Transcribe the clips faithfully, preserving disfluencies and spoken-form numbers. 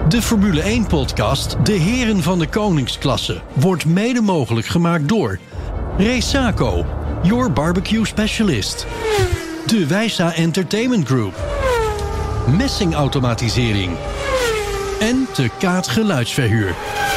De Formule één podcast De Heren van de Koningsklasse wordt mede mogelijk gemaakt door Resaco, your barbecue specialist. De Wijsa Entertainment Group. Messingautomatisering. En de Kaat Geluidsverhuur.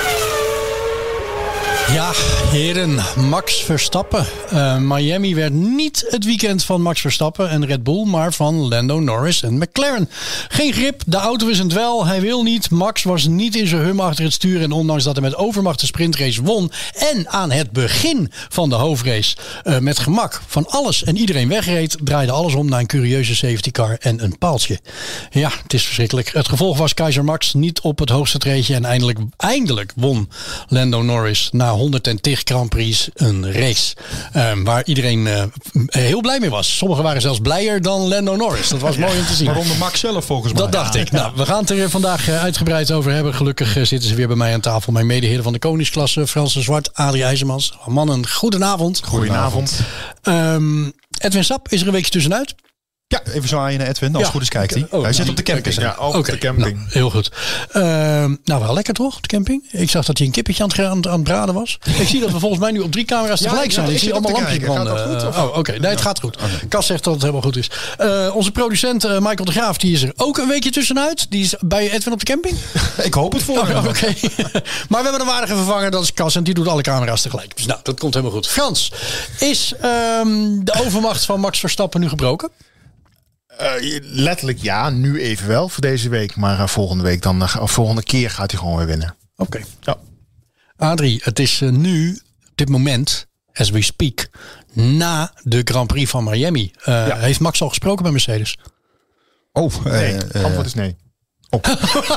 Ja, heren, Max Verstappen. Uh, Miami werd niet het weekend van Max Verstappen en Red Bull, maar van Lando Norris en McLaren. Geen grip, de auto is in het wel, hij wil niet. Max was niet in zijn hum achter het stuur en ondanks dat hij met overmacht de sprintrace won en aan het begin van de hoofdrace uh, met gemak van alles en iedereen wegreed, draaide alles om naar een curieuze safety car en een paaltje. Ja, het is verschrikkelijk. Het gevolg was Keizer Max niet op het hoogste treedje en eindelijk, eindelijk won Lando Norris na honderdtig Grand Prix een race. Um, waar iedereen uh, heel blij mee was. Sommigen waren zelfs blijer dan Lando Norris. Dat was mooi om te zien. Waaronder Max zelf volgens mij. Dat dacht ik. Nou, we gaan het er vandaag uh, uitgebreid over hebben. Gelukkig uh, zitten ze weer bij mij aan tafel. Mijn medeheren van de Koningsklasse. Frans de Zwart, Adrie IJzermans. Mannen, goedenavond. Goedenavond. Um, Edwin Sap is er een weekje tussenuit. Ja, even zwaaien naar Edwin. Als ja. het goed is kijkt hij. Oh, hij zit nou, op de camping. Ja, op okay. de camping. Nou, heel goed. Uh, nou, wel lekker toch, de camping? Ik zag dat hij een kippetje aan het, aan, aan het braden was. Ik zie dat we volgens mij nu op drie camera's ja, tegelijk zijn. Ja, ik, ik zie allemaal lampjes branden. Gaat dat goed, uh, oh, oké. Okay. Nee, het ja. gaat goed. Okay. Kas zegt dat het helemaal goed is. Uh, onze producent uh, Michael de Graaf, die is er ook een weekje tussenuit. Die is bij Edwin op de camping. Ik hoop het voor oh, hem. Oké. Okay. Maar we hebben een waardige vervanger, dat is Kas. En die doet alle camera's tegelijk. Dus nou, dat komt helemaal goed. Frans, is um, de overmacht van Max Verstappen nu gebroken? Uh, letterlijk ja, nu even wel voor deze week. Maar uh, volgende week dan, uh, volgende keer gaat hij gewoon weer winnen. Oké. Okay. Ja. Adrie, het is uh, nu, op dit moment, as we speak, na de Grand Prix van Miami. Uh, ja. Heeft Max al gesproken bij Mercedes? Oh, nee. Uh, uh, antwoord is nee. Oh. Oké,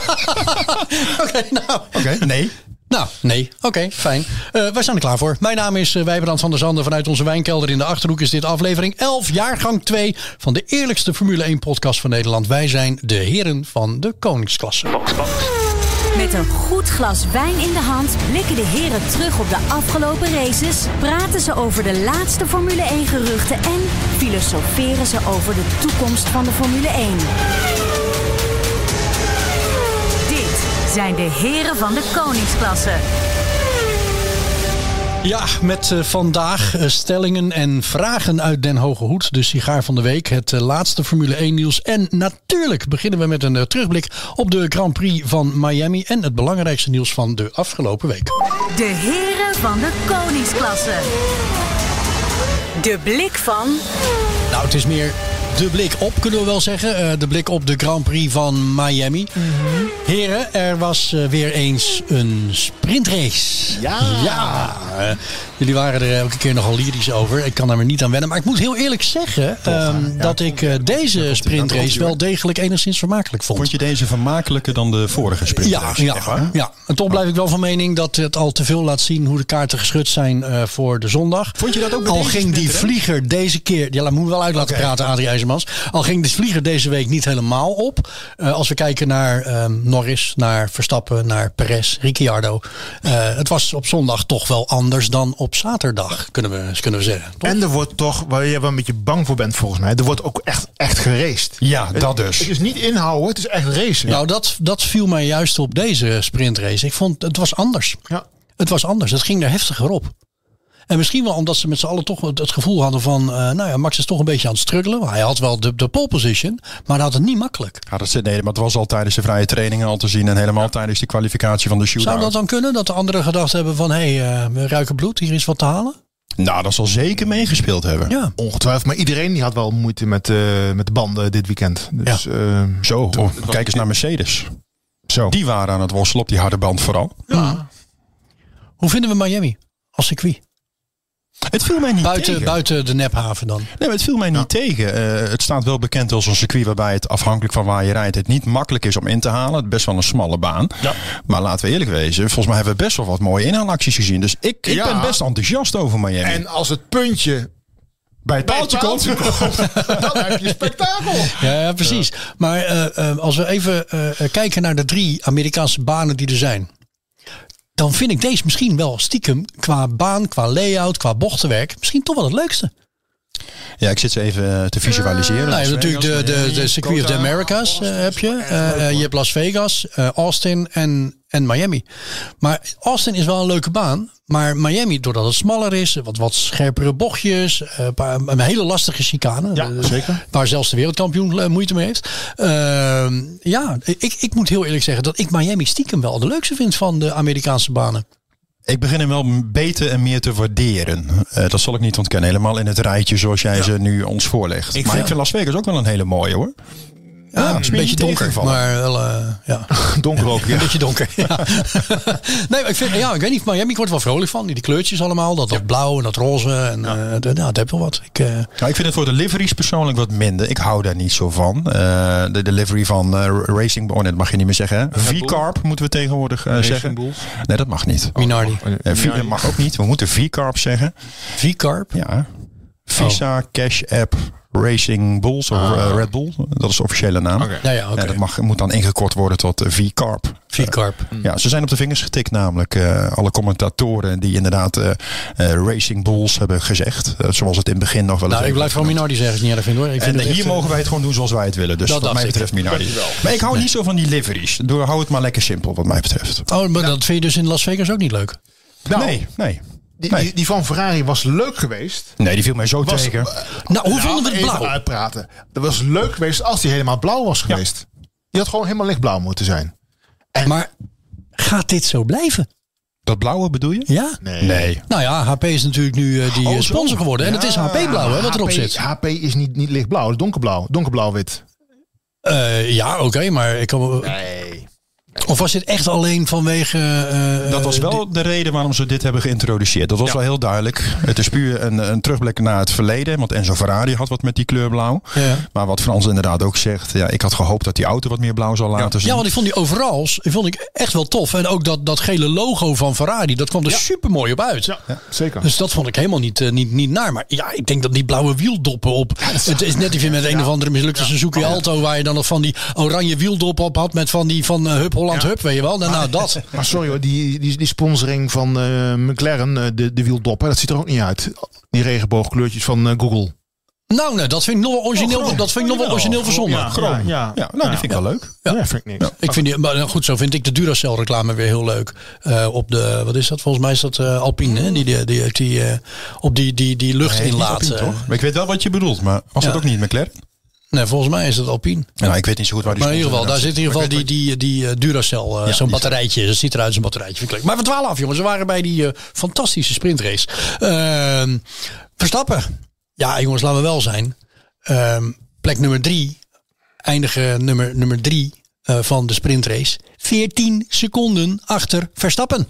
okay, nou. Okay, nee. Nou, nee. Oké, okay, fijn. Uh, wij staan er klaar voor. Mijn naam is uh, Wijbrand van der Zanden. Vanuit onze wijnkelder in de Achterhoek is dit aflevering elf, jaargang twee... van de eerlijkste Formule één podcast van Nederland. Wij zijn de heren van de Koningsklasse. Box, box. Met een goed glas wijn in de hand blikken de heren terug op de afgelopen races, praten ze over de laatste Formule één geruchten en filosoferen ze over de toekomst van de Formule één. Zijn de heren van de Koningsklasse. Ja, met uh, vandaag uh, stellingen en vragen uit Den Hoge Hoed. De sigaar van de week, het uh, laatste Formule één nieuws. En natuurlijk beginnen we met een uh, terugblik op de Grand Prix van Miami. En het belangrijkste nieuws van de afgelopen week. De heren van de Koningsklasse. De blik van... Nou, het is meer... de blik op, kunnen we wel zeggen. Uh, de blik op de Grand Prix van Miami. Mm-hmm. Heren, er was uh, weer eens een sprintrace. Ja. Ja. Uh, jullie waren er elke keer nogal lyrisch over. Ik kan daar maar niet aan wennen. Maar ik moet heel eerlijk zeggen Toch, um, ja. dat ik uh, deze sprintrace wel degelijk enigszins vermakelijk vond. Vond je deze vermakelijker dan de vorige sprintrace? Ja, ja, ja. En toch blijf ik wel van mening dat het al te veel laat zien hoe de kaarten geschud zijn uh, voor de zondag. Vond je dat ook bij Al deze ging die vlieger deze keer... Ja, laat me wel uit laten okay. praten, Adrie IJzermans. Al ging de vlieger deze week niet helemaal op. Uh, als we kijken naar um, Norris, naar Verstappen, naar Perez, Ricciardo. Uh, het was op zondag toch wel anders dan op zaterdag, kunnen we, kunnen we zeggen. Toch? En er wordt toch, waar je wel een beetje bang voor bent volgens mij, er wordt ook echt, echt geraced. Ja, dat dus. Het is niet inhouden, het is echt racen. Nou, dat, dat viel mij juist op deze sprintrace. Ik vond, het was anders. Ja. Het was anders, het ging er heftiger op. En misschien wel omdat ze met z'n allen toch het gevoel hadden van... Uh, nou ja, Max is toch een beetje aan het struggelen. Hij had wel de, de pole position, maar hij had het niet makkelijk. Ja, dat, nee, maar het was al tijdens de vrije trainingen al te zien... en helemaal tijdens de kwalificatie van de shootout. Zou dat dan kunnen, dat de anderen gedacht hebben van... hé, hey, uh, we ruiken bloed, hier is wat te halen? Nou, dat zal zeker meegespeeld hebben. Ja. Ongetwijfeld, maar iedereen die had wel moeite met, uh, met de banden dit weekend. Dus, ja. uh, Zo, oh, kijk eens naar Mercedes. Zo. Die waren aan het worstelen op die harde band vooral. Ja. Hoe vinden we Miami als circuit? Het viel mij niet buiten, tegen. Buiten de nephaven dan? Nee, maar het viel mij niet ja. tegen. Uh, het staat wel bekend als een circuit waarbij het afhankelijk van waar je rijdt... het niet makkelijk is om in te halen. Het is best wel een smalle baan. Ja. Maar laten we eerlijk wezen. Volgens mij hebben we best wel wat mooie inhaalacties gezien. Dus ik, ik ja. ben best enthousiast over Miami. En als het puntje... bij het paaltje komt, dan heb je spektakel. Ja, ja precies. Ja. Maar uh, uh, als we even uh, kijken naar de drie Amerikaanse banen die er zijn... dan vind ik deze misschien wel stiekem qua baan, qua layout, qua bochtenwerk... misschien toch wel het leukste. Ja, ik zit ze even te visualiseren. Nou, je hebt natuurlijk de, de, de Circuit of the Kota. Americas uh, heb je. Uh, je hebt Las Vegas, uh, Austin en, en Miami. Maar Austin is wel een leuke baan. Maar Miami, doordat het smaller is, wat, wat scherpere bochtjes, uh, een, paar, een hele lastige chicane. Ja, uh, zeker. Waar zelfs de wereldkampioen uh, moeite mee heeft. Uh, ja, ik, ik moet heel eerlijk zeggen dat ik Miami stiekem wel de leukste vind van de Amerikaanse banen. Ik begin hem wel beter en meer te waarderen. Uh, dat zal ik niet ontkennen. Helemaal in het rijtje zoals jij ja. ze nu ons voorlegt. Ik maar ik vind Las Vegas ook wel een hele mooie hoor. Ja, ja, een beetje donker, maar wel, uh, ja. donker ook, ja. Een beetje donker, ja. Nee, maar ik vind, ja, ik weet niet, Miami, ik word er wel vrolijk van. Die kleurtjes allemaal, dat, dat ja. blauw en dat roze. En, ja. uh, de, nou, het heeft wel wat. Ik, uh... ja, ik vind het voor de liveries persoonlijk wat minder. Ik hou daar niet zo van. Uh, de, de livery van uh, Racing Bull, oh, dat mag je niet meer zeggen. V-Carb moeten we tegenwoordig uh, zeggen. Bulls. Nee, dat mag niet. Minardi. Oh, uh, v- dat mag ook niet. We moeten V-Carb zeggen. V-Carb? Ja. Visa, oh. Cash App, Racing Bulls of uh, Red Bull. Dat is de officiële naam. Okay. Ja, ja, okay. ja, dat mag, moet dan ingekort worden tot uh, V-Carb. V-Carb. Uh, ja, ze zijn op de vingers getikt namelijk. Uh, alle commentatoren die inderdaad uh, uh, Racing Bulls hebben gezegd. Uh, zoals het in het begin nog wel eens. Nou, ik blijf gewoon Minardi zeggen, niet erg vind hoor. Ik en vind hier echt, mogen wij het gewoon doen zoals wij het willen. Dus dat wat mij betreft Minardi. Maar ik hou nee. niet zo van die liveries. Doe, hou het maar lekker simpel wat mij betreft. Oh, maar ja. dat vind je dus in Las Vegas ook niet leuk? Nou, nee, nee. Die, nee. die, die van Ferrari was leuk geweest. Nee, die viel mij zo was, tegen. Uh, nou, hoe vinden we het blauw? Even uitpraten. Dat was leuk geweest als die helemaal blauw was geweest. Ja. Die had gewoon helemaal lichtblauw moeten zijn. En maar gaat dit zo blijven? Dat blauwe bedoel je? Ja. Nee. nee. Nou ja, H P is natuurlijk nu uh, die oh, sponsor geworden. Ja, en het is H P blauw hè, wat erop zit. H P is niet, niet lichtblauw, donkerblauw. Donkerblauw-wit. Uh, ja, oké, okay, maar ik kan... Nee. Of was dit echt alleen vanwege... Uh, dat was wel de reden waarom ze dit hebben geïntroduceerd. Dat was ja. wel heel duidelijk. Het is puur een, een terugblik naar het verleden. Want Enzo Ferrari had wat met die kleur blauw. Ja. Maar wat Frans inderdaad ook zegt. Ja, ik had gehoopt dat die auto wat meer blauw zou laten ja. zien. Ja, want ik vond die overals vond ik echt wel tof. En ook dat, dat gele logo van Ferrari. Dat kwam er ja. super mooi op uit. Ja, ja, zeker. Dus dat vond ik helemaal niet, uh, niet, niet naar. Maar ja, ik denk dat die blauwe wieldoppen op... Ja, is het is net even met een ja. of andere mislukte ja. Suzuki ja. Alto. Waar je dan nog van die oranje wieldoppen op had. Met van die van uh, Hup Holland ja. Hup, weet je wel. Nou, nou dat. Maar sorry hoor, die, die, die sponsoring van uh, McLaren, uh, de, de wieldoppen, dat ziet er ook niet uit. Die regenboogkleurtjes van uh, Google. Nou, nee, dat vind ik nog wel origineel, oh, dat vind ik nog wel origineel verzonnen. Ja, ja, ja. ja, nou, die vind ik wel leuk. Ja, ja vind ik niks. Ja. Ik vind die, maar goed, zo vind ik de Duracell reclame weer heel leuk. Uh, op de, wat is dat? Volgens mij is dat uh, Alpine, hè? Die, die, die, die, uh, op die, die, die lucht nee, inlaat. Alpine, toch? Maar ik weet wel wat je bedoelt, maar was ja. dat ook niet McLaren? Nee, volgens mij is het Alpine. Ja, nou, ik weet niet zo goed waar die. Maar in ieder geval, daar zit in ieder geval die, die, die uh, Duracell, uh, ja, zo'n batterijtje. Dat ziet eruit als een batterijtje. Maar we dwalen af, jongens. We waren bij die uh, fantastische sprintrace. Uh, Verstappen. Ja, jongens, laten we wel zijn. Uh, plek nummer drie. Eindige nummer, nummer drie uh, van de sprintrace. veertien seconden achter Verstappen.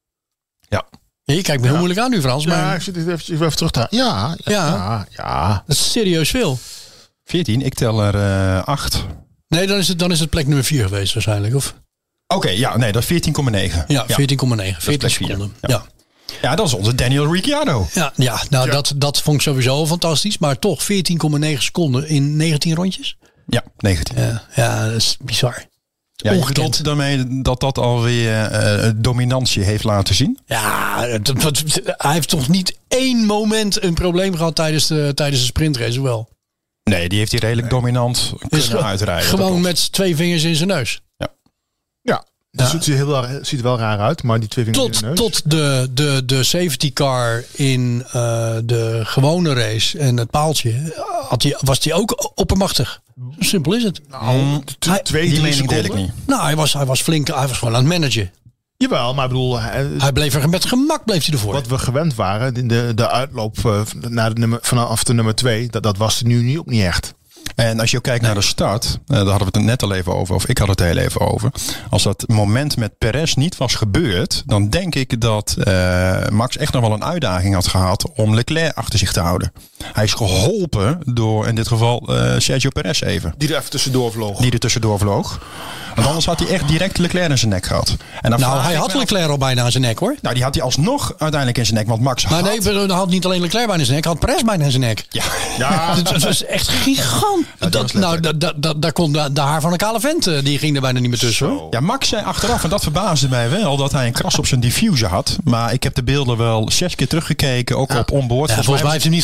Ja. Ja, je kijkt me heel ja. moeilijk aan nu, Frans. Maar... Ja, ik zit even, even terug daar. Ja, ja, ja. ja, ja. Dat is serieus veel. veertien, ik tel er uh, acht. Nee, dan is het, dan is het plek nummer vier geweest waarschijnlijk, of? Oké, okay, ja, nee, dat is veertien komma negen. Ja, veertien komma negen. veertien seconden. Ja. ja. Ja, dat is onze Daniel Ricciardo. Ja, ja nou ja. Dat, dat vond ik sowieso fantastisch. Maar toch veertien komma negen seconden in negentien rondjes? Ja, negentien. Ja, ja dat is bizar. Ja, je bedoelt daarmee dat dat alweer uh, dominantie heeft laten zien? Ja, het, het, hij heeft toch niet één moment een probleem gehad tijdens de, tijdens de sprintrace, wel? Nee, die heeft hij redelijk nee. dominant kunnen dus uitrijden. Gewoon met twee vingers in zijn neus. Ja. Ja. Dus ja. het ziet, heel, ziet er wel raar uit, maar die twee vingers tot, in de neus. Tot de, de, de safety car in uh, de gewone race en het paaltje had die, was hij ook oppermachtig. Zo simpel is het. Nou, t- hij, twee, die mening deel ik niet. Nou, hij was, hij was flink, hij was gewoon aan het managen. Jawel, maar ik bedoel... Hij, hij bleef er met gemak bleef hij ervoor. Wat we gewend waren, de, de uitloop uh, naar de nummer, vanaf de nummer twee, dat, dat was er nu niet, ook niet echt. En als je ook kijkt naar de start, uh, daar hadden we het net al even over, of ik had het er heel even over. Als dat moment met Perez niet was gebeurd, dan denk ik dat uh, Max echt nog wel een uitdaging had gehad om Leclerc achter zich te houden. Hij is geholpen door in dit geval uh, Sergio Perez even. Die er even tussendoor vloog. Die er tussendoor vloog. Want anders had hij echt direct Leclerc in zijn nek gehad. En dan nou, hij had Leclerc al bijna in zijn nek, hoor. Nou, die had hij alsnog uiteindelijk in zijn nek. Want Max maar had... nee, hij had niet alleen Leclerc bijna in zijn nek. Hij had Perez bijna in zijn nek. Ja. ja. Dat was echt gigantisch. Ja, dat, nou, da, da, da, daar kon de, de haar van een kale vent, die ging er bijna niet meer tussen. Hoor. Ja, Max zei achteraf, en dat verbaasde mij wel, dat hij een kras op zijn diffuser had. Maar ik heb de beelden wel zes keer teruggekeken, ook ja. op onboard. Ja, volgens mij heeft hij hem niet geraakt. Hebben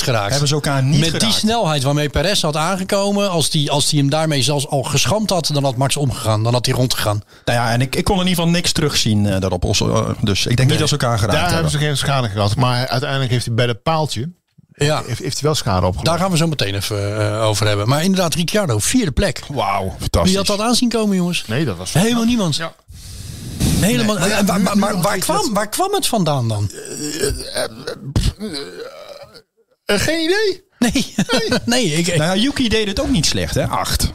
ze elkaar niet Met geraakt. die snelheid waarmee Perez had aangekomen, als die, als die hem daarmee zelfs al geschramd had, dan had Max omgegaan. Dan had hij rondgegaan. Nou ja, en ik, ik kon in ieder geval niks terugzien uh, daarop. Uh, dus ik denk niet dat ze elkaar geraakt Daar hebben. hebben ze geen schade gehad. Maar uiteindelijk heeft hij bij dat paaltje Ja, heeft, heeft hij wel schade opgelopen. daar gaan we zo meteen even uh, over hebben. Maar inderdaad, Ricciardo, vierde plek. Wauw, fantastisch. Wie had dat aanzien komen, jongens? Nee, dat was Helemaal niemand. Ja. Helemaal. Nee, maar ja, en waar, nu- maar nu maar nog waar, iets kwam, wat- waar kwam het vandaan dan? Uh, geen idee. Nee, nee, ik, ik- Nou ja, Yuki deed het ook niet slecht, hè? Acht.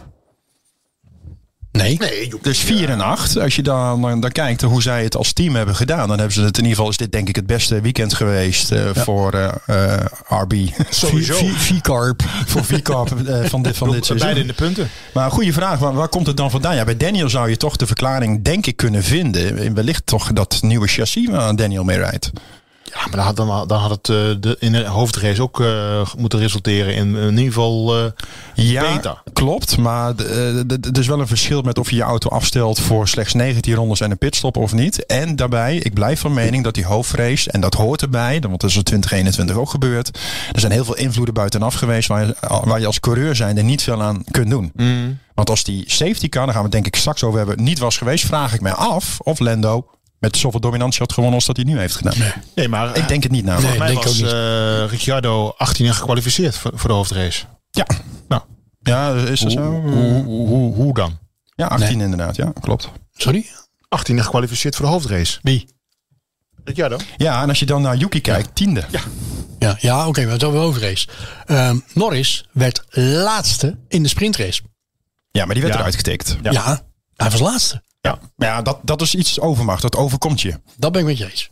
nee. Nee, joh. Dus vier en acht. Als je dan, dan, dan kijkt hoe zij het als team hebben gedaan, dan hebben ze het in ieder geval, is dit denk ik het beste weekend geweest uh, ja. voor uh, uh, R B. Sowieso. V-Carp. Voor V-Carp uh, van dit, van dit seizoen. Beide in de punten. Maar een goede vraag, waar, waar komt het dan vandaan? Ja, bij Daniel zou je toch de verklaring denk ik kunnen vinden. Wellicht toch dat nieuwe chassis waar Daniel mee rijdt. Ja, maar dan had, dan, dan had het uh, de, in de hoofdrace ook uh, moeten resulteren in, in ieder geval uh, ja, beter. Klopt. Maar er is wel een verschil met of je je auto afstelt voor slechts negentien rondes en een pitstop of niet. En daarbij, ik blijf van mening dat die hoofdrace, en dat hoort erbij, want dat is in twintig eenentwintig ook gebeurd. Er zijn heel veel invloeden buitenaf geweest waar je, waar je als coureur zijn er niet veel aan kunt doen. Mm. Want als die safety car, daar gaan we het denk ik straks over hebben, niet was geweest, vraag ik mij af of Lando met zoveel dominantie had gewonnen als dat hij nu heeft gedaan. Nee, nee maar ik denk het niet namelijk. Volgens Nee, mij denk was ook uh, Ricciardo achttien gekwalificeerd voor, voor de hoofdrace. Ja. Nou. Ja, is dat zo? Hoe, hoe, hoe, hoe dan? Ja, achttien nee. inderdaad. Ja, klopt. Sorry? achttien gekwalificeerd voor de hoofdrace. Wie? Ricciardo. Ja, en als je dan naar Yuki kijkt, tiende. Ja. Ja, ja oké, okay, we hebben het over de hoofdrace. Um, Norris werd laatste in de sprintrace. Ja, maar die werd ja. eruit getikt. Ja. ja, hij was laatste. Ja, maar ja, dat, dat is iets overmacht. Dat overkomt je. Dat ben ik met je eens.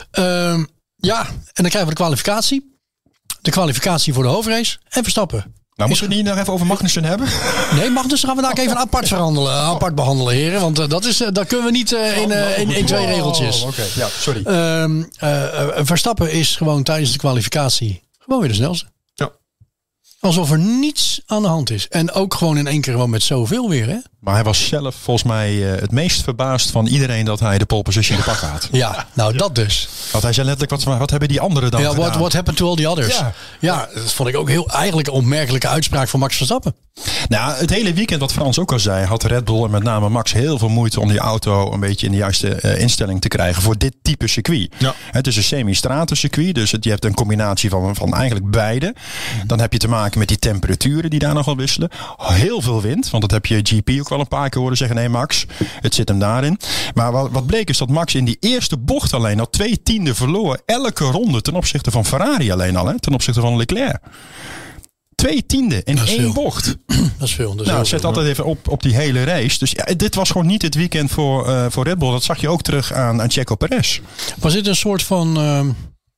Um, ja, en dan krijgen we de kwalificatie. De kwalificatie voor de hoofdrace. En Verstappen. Nou, moeten we het niet nog even over Magnussen hebben? Nee, Magnussen gaan we daar even apart verhandelen, apart behandelen, heren. Want uh, dat, is, uh, dat kunnen we niet uh, in, uh, in, in twee regeltjes. Oh, okay. Ja, sorry. Um, uh, uh, Verstappen is gewoon tijdens de kwalificatie gewoon weer de snelste. Ja. Alsof er niets aan de hand is. En ook gewoon in één keer gewoon met zoveel weer, hè? Maar hij was zelf volgens mij uh, het meest verbaasd van iedereen dat hij de pole position te pakken had. Ja, nou ja. dat dus. Want hij zei letterlijk, wat, wat hebben die anderen dan ja, gedaan? What, what happened to all the others? Ja. ja, dat vond ik ook heel eigenlijk een opmerkelijke uitspraak van Max Verstappen. Nou, het hele weekend, wat Frans ook al zei, had Red Bull en met name Max heel veel moeite om die auto een beetje in de juiste uh, instelling te krijgen voor dit type circuit. Ja. Het is een semi-stratencircuit, dus het, je hebt een combinatie van, van eigenlijk beide. Dan heb je te maken met die temperaturen die daar nog wel wisselen. Heel veel wind, want dat heb je G P ook wel een paar keer horen zeggen. Nee, Max, het zit hem daarin. Maar wat, wat bleek is dat Max in die eerste bocht alleen al twee tiende verloor. Elke ronde ten opzichte van Ferrari alleen al, hè, ten opzichte van Leclerc. Twee tiende in één veel. bocht. Dat is veel. Dat is nou, heel zet veel, altijd even op, op die hele race. Dus ja, dit was gewoon niet het weekend voor, uh, voor Red Bull. Dat zag je ook terug aan, aan Checo Perez. Was dit een soort van uh,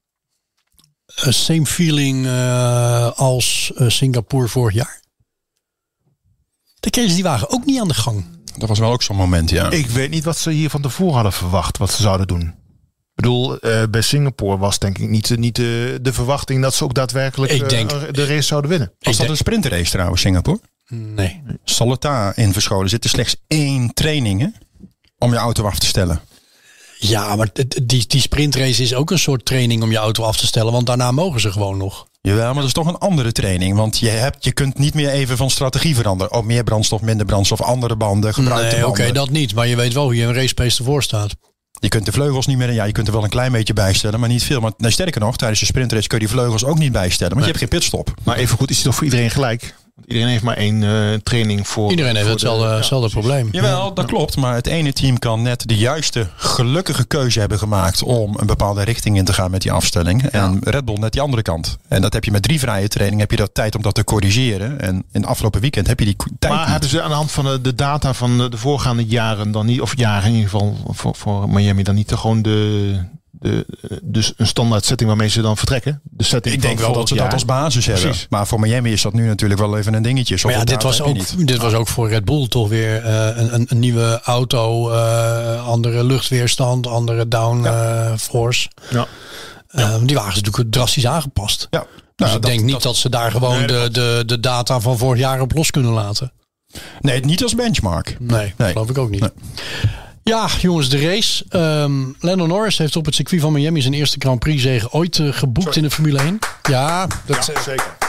same feeling uh, als uh, Singapore vorig jaar? De kregen ze die wagen ook niet aan de gang. Dat was wel ook zo'n moment, ja. Ik weet niet wat ze hier van tevoren hadden verwacht, wat ze zouden doen. Ik bedoel, uh, bij Singapore was denk ik niet, niet de, de verwachting dat ze ook daadwerkelijk ik denk, uh, de race zouden winnen. Was dat denk, een sprinterrace trouwens, Singapore? Nee. Zal het daarin verscholen? Zit er slechts één training hè, om je auto af te stellen? Ja, maar die, die sprintrace is ook een soort training om je auto af te stellen. Want daarna mogen ze gewoon nog. Jawel, maar dat is toch een andere training. Want je, hebt, je kunt niet meer even van strategie veranderen. Op meer brandstof, minder brandstof, andere banden, gebruikte nee, banden. Oké, okay, dat niet. Maar je weet wel hoe je een racepace ervoor staat. Je kunt de vleugels niet meer... Ja, je kunt er wel een klein beetje bijstellen, maar niet veel. Maar nee, sterker nog, tijdens de sprintrace kun je die vleugels ook niet bijstellen. Want nee. je hebt geen pitstop. Maar even goed, is het toch voor iedereen gelijk? Iedereen heeft maar één uh, training voor... Iedereen heeft voor hetzelfde, de, hetzelfde ja, probleem. Jawel, dat klopt. Maar het ene team kan net de juiste gelukkige keuze hebben gemaakt om een bepaalde richting in te gaan met die afstelling. Ja. En Red Bull net die andere kant. En dat heb je met drie vrije training, heb je dat tijd om dat te corrigeren. En in het afgelopen weekend heb je die tijd Maar niet. hebben ze aan de hand van de, de data van de, de voorgaande jaren dan niet, of jaren in ieder geval voor, voor Miami dan niet gewoon de... De, dus een standaard setting waarmee ze dan vertrekken. De setting Ik denk wel dat ze jaar. dat als basis hebben. Precies. Maar voor Miami is dat nu natuurlijk wel even een dingetje. Maar ja, dit was, ook, dit was ook voor Red Bull toch weer uh, een, een nieuwe auto. Uh, andere luchtweerstand, andere downforce. Ja. Uh, ja. Die wagen is natuurlijk drastisch aangepast. Ja. Dus nou, ik dat, denk niet dat, dat ze daar gewoon nee, de, de, de data van vorig jaar op los kunnen laten. Nee, niet als benchmark. Nee, nee. geloof ik ook niet. Nee. Ja, jongens, de race. Um, Lando Norris heeft op het circuit van Miami zijn eerste Grand Prix zege ooit uh, geboekt Sorry. in de Formule één. Ja, dat ja, zeker.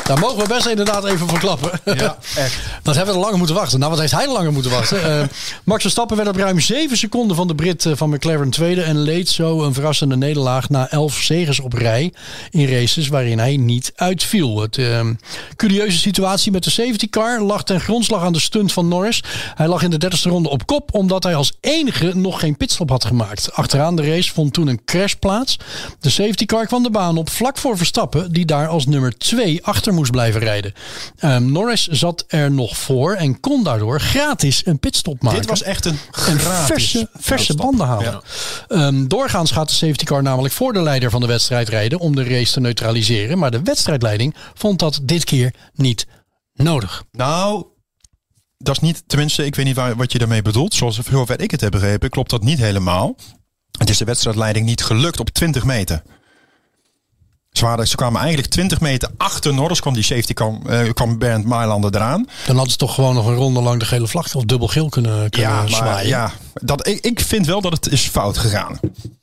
Daar mogen we best inderdaad even van klappen. Ja, echt. Dat hebben we langer moeten wachten. Nou, wat heeft hij langer moeten wachten? Uh, Max Verstappen werd op ruim zeven seconden van de Brit uh, van McLaren tweede. En leed zo een verrassende nederlaag na elf zeges op rij in races waarin hij niet uitviel. Het uh, curieuze situatie met de safety car lag ten grondslag aan de stunt van Norris. Hij lag in de dertigste ronde op kop omdat hij als enige nog geen pitstop had gemaakt. Achteraan de race vond toen een crash plaats. De safety car kwam de baan op vlak voor Verstappen, die daar als nummer twee achter moest blijven rijden. Um, Norris zat er nog voor en kon daardoor gratis een pitstop maken. Dit was echt een en gratis verse, verse banden halen. Ja. Um, doorgaans gaat de safety car namelijk voor de leider van de wedstrijd rijden om de race te neutraliseren. Maar de wedstrijdleiding vond dat dit keer niet nodig. Nou, dat is niet, tenminste, ik weet niet waar, wat je daarmee bedoelt. Zoals zover ik het heb begrepen, klopt dat niet helemaal. Het is de wedstrijdleiding niet gelukt op twintig meter. Ze, waren, ze kwamen eigenlijk twintig meter achter Norris, kwam die safety, kwam, uh, kwam Bernd Mailander eraan. Dan hadden ze toch gewoon nog een ronde lang de gele vlag of dubbel geel kunnen, kunnen ja, maar, zwaaien. Ja, dat, ik, ik vind wel dat het is fout gegaan.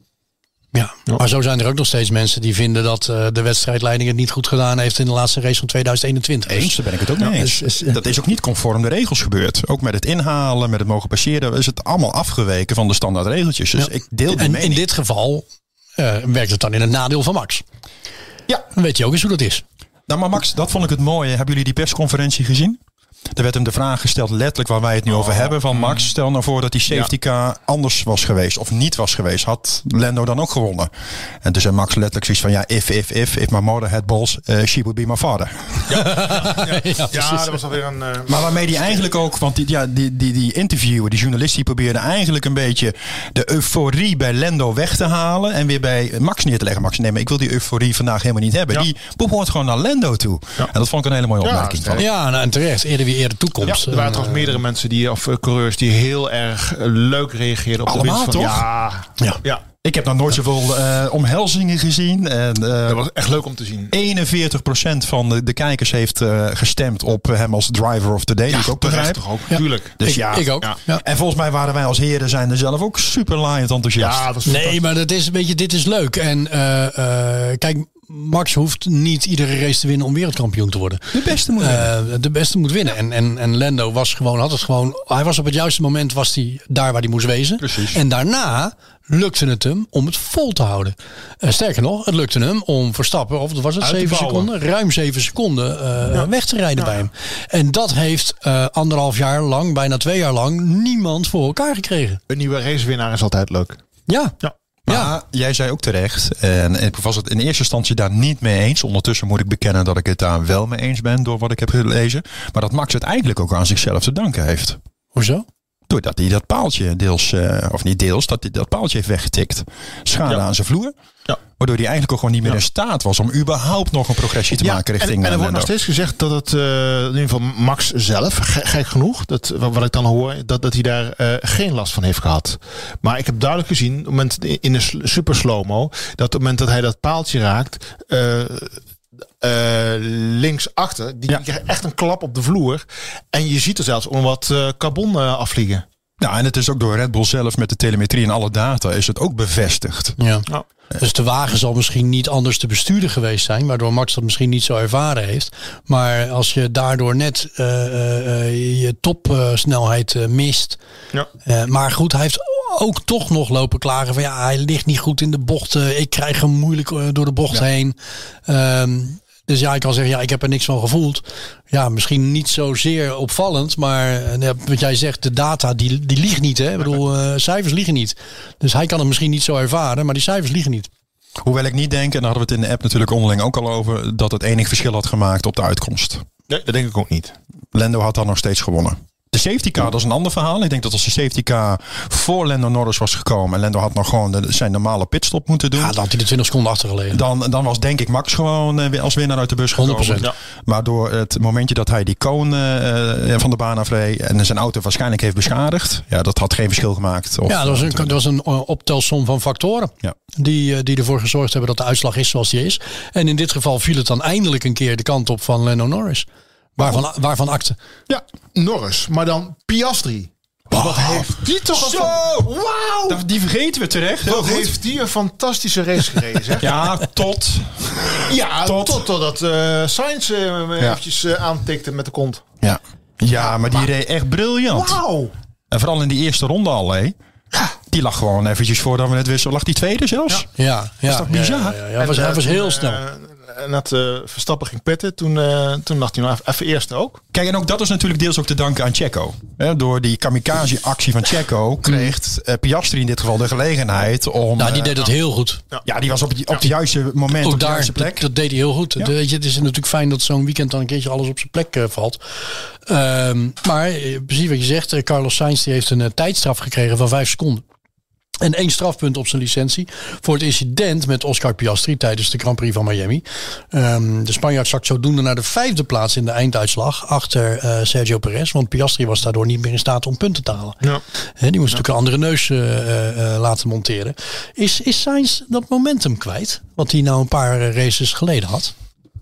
Ja, maar zo zijn er ook nog steeds mensen die vinden dat uh, de wedstrijdleiding het niet goed gedaan heeft in de laatste race van tweeduizend eenentwintig. Eens, daar ben ik het ook mee eens. Ja, is, is, dat is ook niet conform de regels gebeurd. Ook met het inhalen, met het mogen passeren, is het allemaal afgeweken van de standaard regeltjes. Dus ja. ik deel die en mening. In dit geval uh, werkt het dan in het nadeel van Max. Ja. Dan weet je ook eens hoe dat is. Nou, maar Max, dat vond ik het mooie. Hebben jullie die persconferentie gezien? Er werd hem de vraag gesteld, letterlijk waar wij het nu oh, over hebben, van Max. Stel nou voor dat die safety car ja. anders was geweest of niet was geweest. Had Lando dan ook gewonnen? En toen zei Max letterlijk zoiets van, ja, if, if, if, if my mother had balls, uh, she would be my father. Ja, ja, ja. ja, ja dat was alweer een... Uh, maar waarmee die eigenlijk ook, want die, ja, die, die, die interviewer, die journalist, die probeerde eigenlijk een beetje de euforie bij Lando weg te halen en weer bij Max neer te leggen. Max, nee, maar ik wil die euforie vandaag helemaal niet hebben. Ja. Die behoort gewoon naar Lando toe. Ja. En dat vond ik een hele mooie opmerking. Ja, ja, nou, en terecht. Eerder wie eerder toekomst. Ja, er waren trouwens meerdere mensen die, of uh, coureurs die heel erg uh, leuk reageerden op Allemaal, de winst van. Toch? Ja, ja. ja. Ik heb nog nooit zoveel uh, omhelzingen gezien. En, uh, dat was echt leuk om te zien. eenenveertig procent van de, de kijkers heeft uh, gestemd op hem als driver of the day. Ja, die ik ook begrijp. Toch ook, ja. Tuurlijk. Dus ik, ja, ik ook. Ja. Ja. En volgens mij waren wij als heren zijn er zelf ook super laaiend enthousiast. Ja, dat is nee, maar dat is een beetje, dit is leuk. En uh, uh, kijk, Max hoeft niet iedere race te winnen om wereldkampioen te worden. De beste moet winnen. Uh, de beste moet winnen. En, en, en Lando was gewoon, had het gewoon. Hij was op het juiste moment was hij daar waar hij moest wezen. Precies. En daarna lukte het hem om het vol te houden. Uh, sterker nog, het lukte hem om Verstappen, of was het zeven seconden, ruim zeven seconden uh, ja. weg te rijden ja. bij hem. En dat heeft uh, anderhalf jaar lang, bijna twee jaar lang, niemand voor elkaar gekregen. Een nieuwe racewinnaar is altijd leuk. Ja. Ja. Maar ja. jij zei ook terecht, en ik was het in eerste instantie daar niet mee eens. Ondertussen moet ik bekennen dat ik het daar wel mee eens ben door wat ik heb gelezen. Maar dat Max het eigenlijk ook aan zichzelf te danken heeft. Hoezo? Doordat hij dat paaltje deels, uh, of niet deels, dat hij dat paaltje heeft weggetikt. Schade ja. aan zijn vloer. Ja. Waardoor hij eigenlijk ook gewoon niet meer ja. in staat was om überhaupt nog een progressie te ja, maken richting En, en er Lando. wordt nog steeds gezegd dat het, uh, in ieder geval Max zelf, gek genoeg, dat, wat ik dan hoor, dat, dat hij daar uh, geen last van heeft gehad. Maar ik heb duidelijk gezien, op het moment in de super slow-mo, dat op het moment dat hij dat paaltje raakt, uh, Uh, linksachter, die, ja. die krijgt echt een klap op de vloer. En je ziet er zelfs om wat uh, carbon uh, afvliegen. Ja, en het is ook door Red Bull zelf met de telemetrie en alle data is het ook bevestigd. Ja. Ja. Dus de wagen zal misschien niet anders te besturen geweest zijn, waardoor Max dat misschien niet zo ervaren heeft. Maar als je daardoor net uh, uh, je topsnelheid uh, mist. Ja. Uh, maar goed, hij heeft ook toch nog lopen klagen van ja, hij ligt niet goed in de bochten. Ik krijg hem moeilijk uh, door de bocht ja. heen. Um, Dus ja, ik kan zeggen, ja, ik heb er niks van gevoeld. Ja, misschien niet zozeer opvallend, maar uh, wat jij zegt, de data, die, die liegt niet. Hè? Ik bedoel, uh, cijfers liegen niet. Dus hij kan het misschien niet zo ervaren, maar die cijfers liegen niet. Hoewel ik niet denk, en daar hadden we het in de app natuurlijk onderling ook al over, dat het enig verschil had gemaakt op de uitkomst. Nee, dat denk ik ook niet. Lando had dan nog steeds gewonnen. De safety car, dat is een ander verhaal. Ik denk dat als de safety car voor Lando Norris was gekomen en Lando had nog gewoon de, zijn normale pitstop moeten doen. Ja, dan had hij de twintig seconden achtergelegen. Dan, dan was denk ik Max gewoon uh, als winnaar uit de bus gekomen. honderd procent. Ja. Maar door het momentje dat hij die koon uh, van de baan afreed en zijn auto waarschijnlijk heeft beschadigd. Ja, dat had geen verschil gemaakt. Of, ja, dat was een, dat was een optelsom van factoren. Ja. Die, die ervoor gezorgd hebben dat de uitslag is zoals die is. En in dit geval viel het dan eindelijk een keer de kant op van Lando Norris. Waarvan, waarvan akte? Ja, Norris. Maar dan Piastri. Wat heeft die toch Zo! een... Wauw! Dat- Die vergeten we terecht. Heel Wat goed. heeft die een fantastische race gereden, zeg. Ja, tot. Ja, Tot- tot, totdat uh, Sainz uh, Ja. eventjes uh, aantikte met de kont. Ja, ja maar die reed echt briljant. Wauw! En vooral in die eerste ronde al, hè. Die lag gewoon eventjes voordat we het wisten. Lag die tweede zelfs? Ja, ja. is toch bizar? Ja, ja, ja. Hij was, hij was heel snel. En dat uh, Verstappen ging petten, toen, uh, toen dacht hij nog even, even eerst ook. Kijk, en ook dat is natuurlijk deels ook te danken aan Checo. He, door die kamikaze-actie van Checo kreeg uh, Piastri in dit geval de gelegenheid om... Nou, die uh, deed het heel goed. ja, die was op, die, op het juiste moment, Ook op de daar, juiste plek. dat, dat deed hij heel goed. Ja. De, weet je, het is natuurlijk fijn dat zo'n weekend dan een keertje alles op zijn plek uh, valt. Um, maar uh, precies wat je zegt, uh, Carlos Sainz die heeft een uh, tijdstraf gekregen van vijf seconden. En één strafpunt op zijn licentie voor het incident met Oscar Piastri tijdens de Grand Prix van Miami. Um, de Spanjaard zakt zodoende naar de vijfde plaats in de einduitslag achter uh, Sergio Perez. Want Piastri was daardoor niet meer in staat om punten te halen. Ja. He, die moest ja. natuurlijk een andere neus uh, uh, laten monteren. Is, is Sainz dat momentum kwijt? Wat hij nou een paar uh, races geleden had?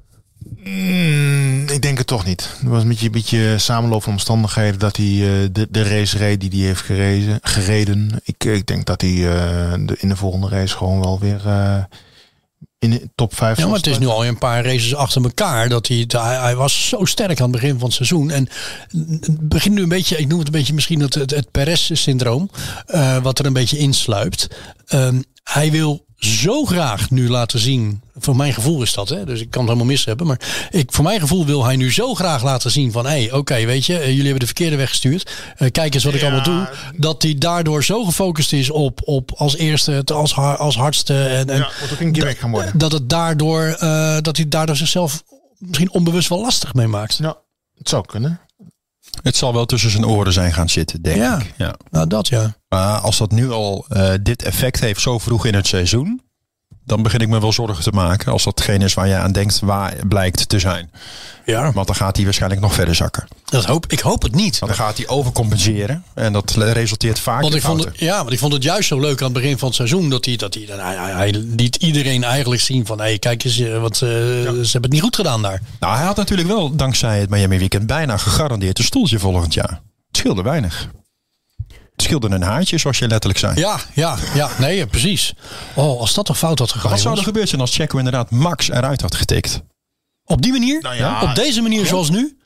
Mm, ik denk het toch niet. Het was een beetje, een beetje samenloop van omstandigheden dat hij uh, de, de race reed die hij heeft gereden. gereden. Ik, ik denk dat hij uh, de, in de volgende race gewoon wel weer uh, in de top vijf. Ja, maar het is nu al een paar races achter elkaar. Dat hij, hij, hij was zo sterk aan het begin van het seizoen. En het begint nu een beetje, ik noem het een beetje misschien het, het, het Perez-syndroom. Uh, wat er een beetje insluipt. Um, hij wil zo graag nu laten zien. Voor mijn gevoel is dat, hè? Dus ik kan het helemaal mis hebben. Maar ik, voor mijn gevoel wil hij nu zo graag laten zien van... hé, hey, oké, okay, weet je, jullie hebben de verkeerde weg gestuurd. Uh, kijk eens wat ik ja. allemaal doe. Dat hij daardoor zo gefocust is op, op als eerste, als, als hardste. En, en ja, moet ook een gimmick gaan worden. Dat, het daardoor, uh, dat hij daardoor zichzelf misschien onbewust wel lastig mee maakt. Ja, het zou kunnen. Het zal wel tussen zijn oren zijn gaan zitten, denk ja. ik. Ja, nou dat ja. Maar als dat nu al uh, dit effect heeft zo vroeg in het seizoen... dan begin ik me wel zorgen te maken. Als datgene is waar je aan denkt, waar blijkt te zijn. Ja. Want dan gaat hij waarschijnlijk nog verder zakken. Dat hoop, ik hoop het niet. Want dan gaat hij overcompenseren. En dat resulteert vaak want in ik vond fouten. het, Ja, want ik vond het juist zo leuk aan het begin van het seizoen. Dat hij, dat hij, hij, hij, hij liet iedereen eigenlijk zien van... hé, hey, kijk eens, wat, uh, ja. ze hebben het niet goed gedaan daar. Nou, hij had natuurlijk wel, dankzij het Miami Weekend... bijna gegarandeerd een stoeltje volgend jaar. Het scheelde weinig. Het scheelde een haartje, zoals je letterlijk zei. Ja, ja, ja, nee, precies. Oh, als dat toch fout had gegaan. Wat zou er gebeurd zijn als Checo inderdaad Max eruit had getikt? Op die manier? Nou ja, op deze manier ja. zoals nu?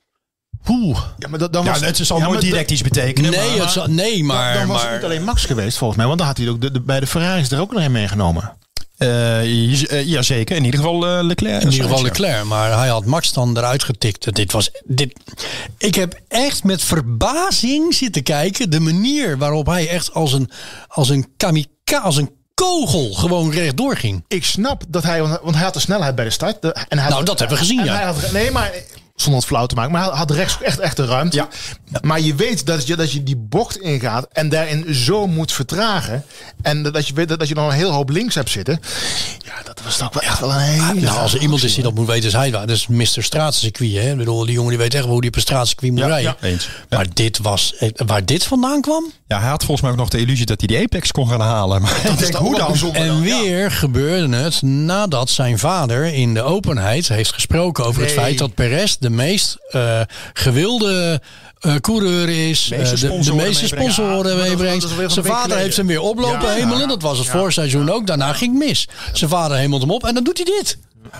Oeh. Ja, maar dat, dan was, ja, het zal ja, nooit direct iets betekenen. Nee, maar, het zal, nee maar... Dan, dan was maar, het niet alleen Max geweest, volgens mij. Want dan had hij ook de, de, bij de Ferraris er ook nog een meegenomen. Uh, uh, Jazeker, in ieder geval uh, Leclerc. In ieder geval Leclerc, maar hij had Max dan eruit getikt. Dit was, dit, ik heb echt met verbazing zitten kijken. De manier waarop hij echt als een, als een kamikaze, als een kogel gewoon rechtdoor ging. Ik snap dat hij, want hij had de snelheid bij de start. De, en hij nou, had, dat hebben we gezien, ja. Hij had, nee, maar... Zonder het flauw te maken. Maar hij had rechts echt, echt de ruimte. Ja. Maar je weet dat je, dat je die bocht ingaat. En daarin zo moet vertragen. En dat je weet dat je dan een heel hoop links hebt zitten. Ja, dat was toch wel echt wel een hele... Nou, als er iemand is die dat moet weten, is hij. Dat is mister Straatcircuit. Hè? Ik bedoel, die jongen die weet echt wel hoe die op een straatcircuit moet ja, rijden. Ja, eens. Ja. Maar dit was... Waar dit vandaan kwam? Ja, hij had volgens mij ook nog de illusie dat hij die Apex kon gaan halen. Maar dat ik denk, hoe dan? En dan? weer ja. gebeurde het nadat zijn vader in de openheid heeft gesproken over nee. het feit dat Perez de meest uh, gewilde uh, coureur is. De meeste sponsoren, uh, de, de meeste sponsoren ja, meebrengt. Zijn vader heeft hem weer oplopen ja, hemelen. Ja, dat was het ja, voorseizoen ja. ook. Daarna ging het mis. Zijn vader hemelt hem op en dan doet hij dit.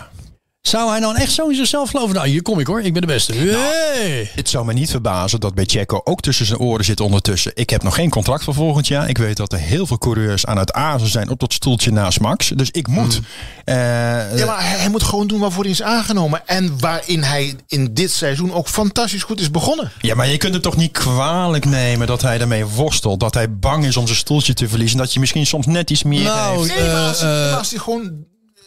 Zou hij nou echt zo in zichzelf geloven? Nou, hier kom ik hoor. Ik ben de beste. Hey. Nou, het zou me niet verbazen dat bij Checo ook tussen zijn oren zit ondertussen. Ik heb nog geen contract voor volgend jaar. Ik weet dat er heel veel coureurs aan het azen zijn op dat stoeltje naast Max. Dus ik moet. Mm. Uh, ja, maar hij, hij moet gewoon doen waarvoor hij is aangenomen. En waarin hij in dit seizoen ook fantastisch goed is begonnen. Ja, maar je kunt het toch niet kwalijk nemen dat hij daarmee worstelt. Dat hij bang is om zijn stoeltje te verliezen. Dat je misschien soms net iets meer nou, heeft. Nee, maar als, uh, als hij gewoon...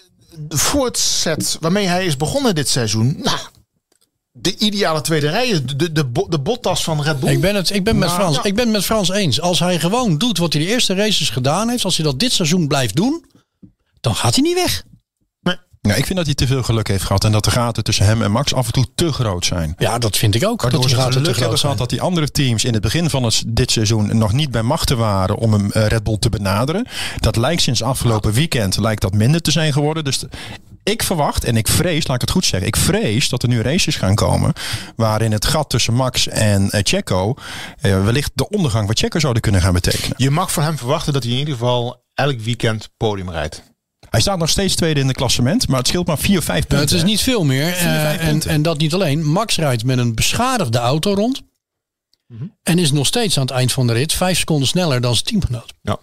voortzet waarmee hij is begonnen dit seizoen. Nou, de ideale tweede rij, de, de, de Bottas van Red Bull. Ik ben het, ik ben met nou, Frans, ja. ik ben met Frans eens. Als hij gewoon doet wat hij de eerste races gedaan heeft, als hij dat dit seizoen blijft doen, dan gaat hij niet weg. Nou, ik vind dat hij te veel geluk heeft gehad en dat de gaten tussen hem en Max af en toe te groot zijn. Ja, dat vind ik ook. Waardoor dat ze gaten geluk te groot hebben zijn. gehad dat die andere teams in het begin van het, dit seizoen nog niet bij machten waren om hem uh, Red Bull te benaderen. Dat lijkt sinds afgelopen weekend lijkt dat minder te zijn geworden. Dus de, ik verwacht, en ik vrees, laat ik het goed zeggen. Ik vrees dat er nu races gaan komen. Waarin het gat tussen Max en uh, Checo. Uh, wellicht de ondergang van Checo zouden kunnen gaan betekenen. Je mag van hem verwachten dat hij in ieder geval elk weekend podium rijdt. Hij staat nog steeds tweede in het klassement. Maar het scheelt maar vier, vijf punten. Nou, het is niet veel meer. Uh, en, en dat niet alleen. Max rijdt met een beschadigde auto rond. Mm-hmm. En is nog steeds aan het eind van de rit vijf seconden sneller dan zijn teamgenoot. Ja.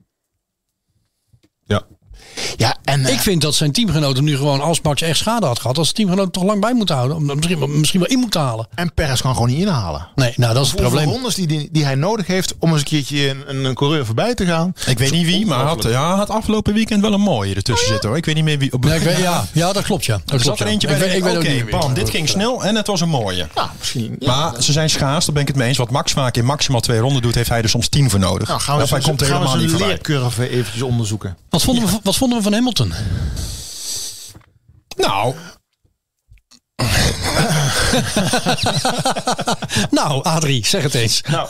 Ja. Ja, en, uh, ik vind dat zijn teamgenoten nu gewoon, als Max echt schade had gehad, als zijn teamgenoten toch lang bij moeten houden. Om misschien, misschien wel in moeten halen. En Perez kan gewoon niet inhalen. Nee, nou dat is het probleem. Hoeveel rondes die, die, die hij nodig heeft om eens een keertje een, een coureur voorbij te gaan. Ik weet niet wie, maar had, ja, had afgelopen weekend wel een mooie ertussen zitten hoor. Ik weet niet meer wie. Op... Nee, ik weet, ja, ja, dat klopt ja. Dat er klopt, zat er ja. eentje bij. Ik, ik weet ook niet. Bam, dit ging snel en het was een mooie. Ja, misschien. Ja. Maar ze zijn schaars, daar ben ik het mee eens. Wat Max vaak in maximaal twee ronden doet, heeft hij er soms tien voor nodig. Nou, gaan we hij komt er gaan helemaal we niet zijn voorbij. leercurve eventjes onderzoeken. Wat vonden, we, wat vonden we van Hamilton? Nou. nou, Adrie, zeg het eens. Nou,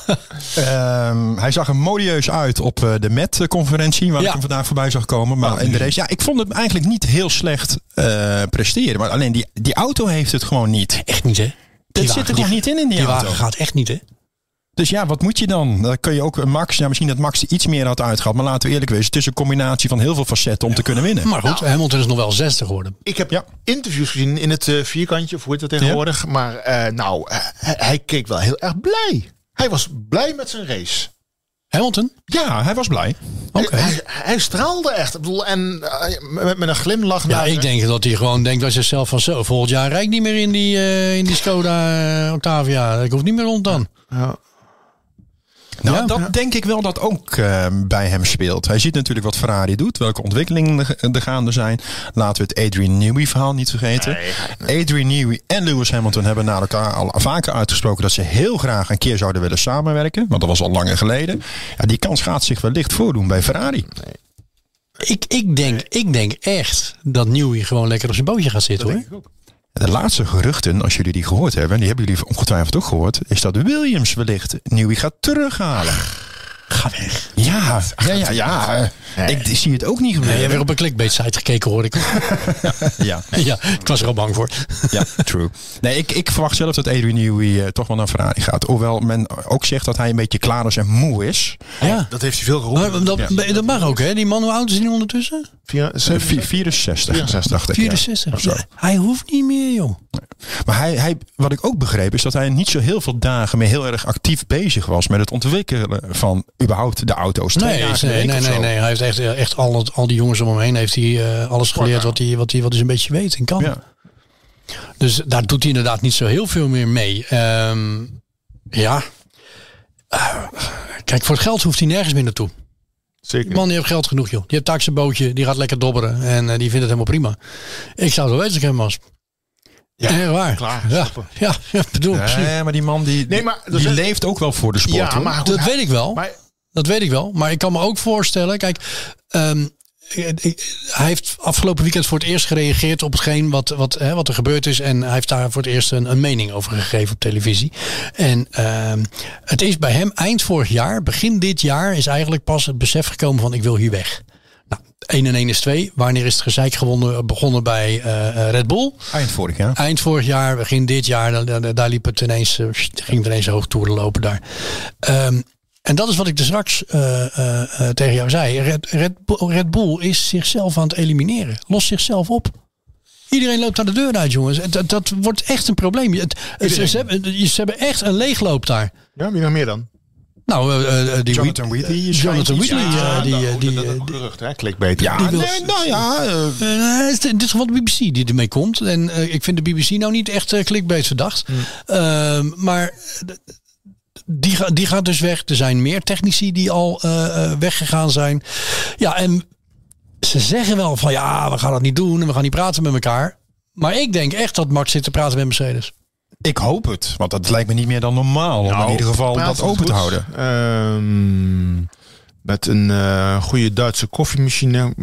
um, hij zag er modieus uit op uh, de M E T-conferentie, waar ja. ik hem vandaag voorbij zag komen. Maar oh, in de race, ja, ik vond het eigenlijk niet heel slecht uh, presteren. Maar alleen die, die auto heeft het gewoon niet. Echt niet, hè? Dat zit er gewoon niet in in die, die auto. Die wagen gaat echt niet, hè? Dus ja, wat moet je dan? Dan kun je ook Max, ja, misschien dat Max er iets meer had uitgehaald. Maar laten we eerlijk wezen, het is een combinatie van heel veel facetten om ja. te kunnen winnen. Maar goed, nou, Hamilton is nog wel zestig geworden. Ik heb ja. interviews gezien in het uh, vierkantje, of hoe heet dat tegenwoordig. Ja. Maar uh, nou, uh, hij keek wel heel erg blij. Hij was blij met zijn race. Hamilton? Ja, hij was blij. Okay. Hij, hij straalde echt. Ik bedoel, en uh, met, met een glimlach. Ja, naar, ik denk dat hij gewoon denkt bij zichzelf van zo. Volgend jaar rijd ik niet meer in die, uh, in die Skoda uh, Octavia. Ik hoef niet meer rond dan. Ja. Nou, ja, dat ja. denk ik wel dat ook uh, bij hem speelt. Hij ziet natuurlijk wat Ferrari doet, welke ontwikkelingen er gaande zijn. Laten we het Adrian Newey verhaal niet vergeten. Nee, nee. Adrian Newey en Lewis Hamilton hebben naar elkaar al vaker uitgesproken dat ze heel graag een keer zouden willen samenwerken. Want dat was al langer geleden. Ja, die kans gaat zich wellicht voordoen bij Ferrari. Nee. Ik, ik, denk, ik denk echt dat Newey gewoon lekker op zijn bootje gaat zitten, dat hoor. Denk ik ook. De laatste geruchten, als jullie die gehoord hebben, en die hebben jullie ongetwijfeld ook gehoord, is dat Williams wellicht Newey gaat terughalen. Ga weg. Ja, ja, ja. ja. Nee. Ik zie het ook niet gebeuren. Nee, je hebt weer op een clickbait site gekeken, hoor ik. ja, nee. ja, ik was er al bang voor. ja, true. Nee, ik, ik verwacht zelf dat Adrian Newey uh, toch wel naar Ferrari gaat. Hoewel men ook zegt dat hij een beetje klaar is en moe is. Ja, dat heeft hij veel geroepen. Maar dat, ja. dat mag ook, hè? Die man, hoe oud is hij ondertussen? vierenzestig, vierenzestig dacht ik. vierenzestig. Ja. Hij hoeft niet meer, joh. Nee. Maar hij, hij, wat ik ook begreep, is dat hij niet zo heel veel dagen meer heel erg actief bezig was met het ontwikkelen van überhaupt de auto's. Nee, nee, nee, nee, nee. Hij heeft echt, echt al, al die jongens om hem heen heeft hij uh, alles geleerd wat hij, wat hij, wat hij een beetje weet en kan. Ja. Dus daar doet hij inderdaad niet zo heel veel meer mee. Um, ja. Uh, kijk, voor het geld hoeft hij nergens meer naartoe. Zeker. Die man die heeft geld genoeg, joh. Die heeft tax zijn bootje, die gaat lekker dobberen en uh, die vindt het helemaal prima. Ik zou het wel weten als ik hem was. Ja, ja, waar. Klaar. Ja, ja, ja, bedoel. Nee, maar die man die, nee, maar, die dus leeft ook wel voor de sport. Ja, hoor. maar goed, dat hij, weet ik wel. Maar, dat weet ik wel. Maar ik kan me ook voorstellen, kijk, um, ik, hij heeft afgelopen weekend voor het eerst gereageerd op hetgeen wat, wat, hè, wat er gebeurd is. En hij heeft daar voor het eerst een, een mening over gegeven op televisie. En um, het is bij hem eind vorig jaar, begin dit jaar, is eigenlijk pas het besef gekomen van ik wil hier weg. Nou, één en één is twee. Wanneer is het gezeik gewonnen, begonnen bij uh, Red Bull? Eind vorig jaar. Eind vorig jaar, begin dit jaar, daar, daar, daar liep het ineens, uh, ging het ineens hoog toeren lopen daar. Um, En dat is wat ik er straks uh, uh, uh, tegen jou zei. Red, Red, Red Bull is zichzelf aan het elimineren. Lost zichzelf op. Iedereen loopt aan de deur uit, jongens. Dat, dat wordt echt een probleem. Het, het, ze, hebben, ze hebben echt een leegloop daar. Ja, wie nog meer dan? Nou, uh, die Jonathan Wheatley. Uh, Jonathan Wheatley. Ja, uh, die, nou, uh, die, dat is uh, een gerucht, hè? Clickbait. Ja, die wil, nee, nou ja. Uh, uh, dit is gewoon de B B C die ermee komt. En uh, ik vind de B B C nou niet echt uh, clickbait verdacht. Hmm. Uh, maar... Uh, Die, ga, die gaat dus weg. Er zijn meer technici die al uh, weggegaan zijn. Ja, en ze zeggen wel van ja, we gaan dat niet doen en we gaan niet praten met elkaar. Maar ik denk echt dat Max zit te praten met Mercedes. Ik hoop het, want dat lijkt me niet meer dan normaal nou, om in ieder geval dat open goed. te houden. Um, met een uh, goede Duitse koffiemachine,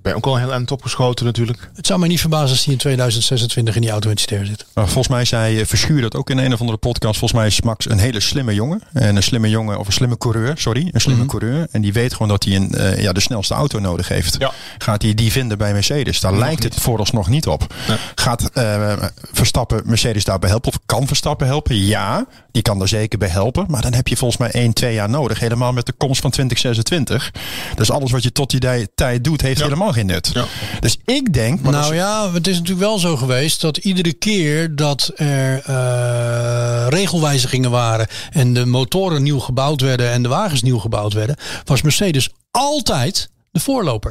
Ben je ook al een heel eind opgeschoten natuurlijk. Het zou mij niet verbazen als hij in tweeduizend zesentwintig in die auto met ster zit. Maar volgens mij zei Verschuur dat ook in een of andere podcast. Volgens mij is Max een hele slimme jongen. En een slimme jongen, of een slimme coureur, sorry. Een slimme mm-hmm. coureur. En die weet gewoon dat hij een, uh, ja, de snelste auto nodig heeft. Ja. Gaat hij die vinden bij Mercedes? Daar nog lijkt niet. Het vooralsnog niet op. Nee. Gaat uh, Verstappen Mercedes daarbij helpen? Of kan Verstappen helpen? Ja, die kan er zeker bij helpen. Maar dan heb je volgens mij één, twee jaar nodig. Helemaal met de komst van twintig zesentwintig. Dus alles wat je tot die tijd doet, heeft ja. helemaal geen nut. Ja. Dus ik denk... Maar nou ja, het is natuurlijk wel zo geweest dat iedere keer dat er uh, regelwijzigingen waren en de motoren nieuw gebouwd werden en de wagens nieuw gebouwd werden, was Mercedes altijd de voorloper.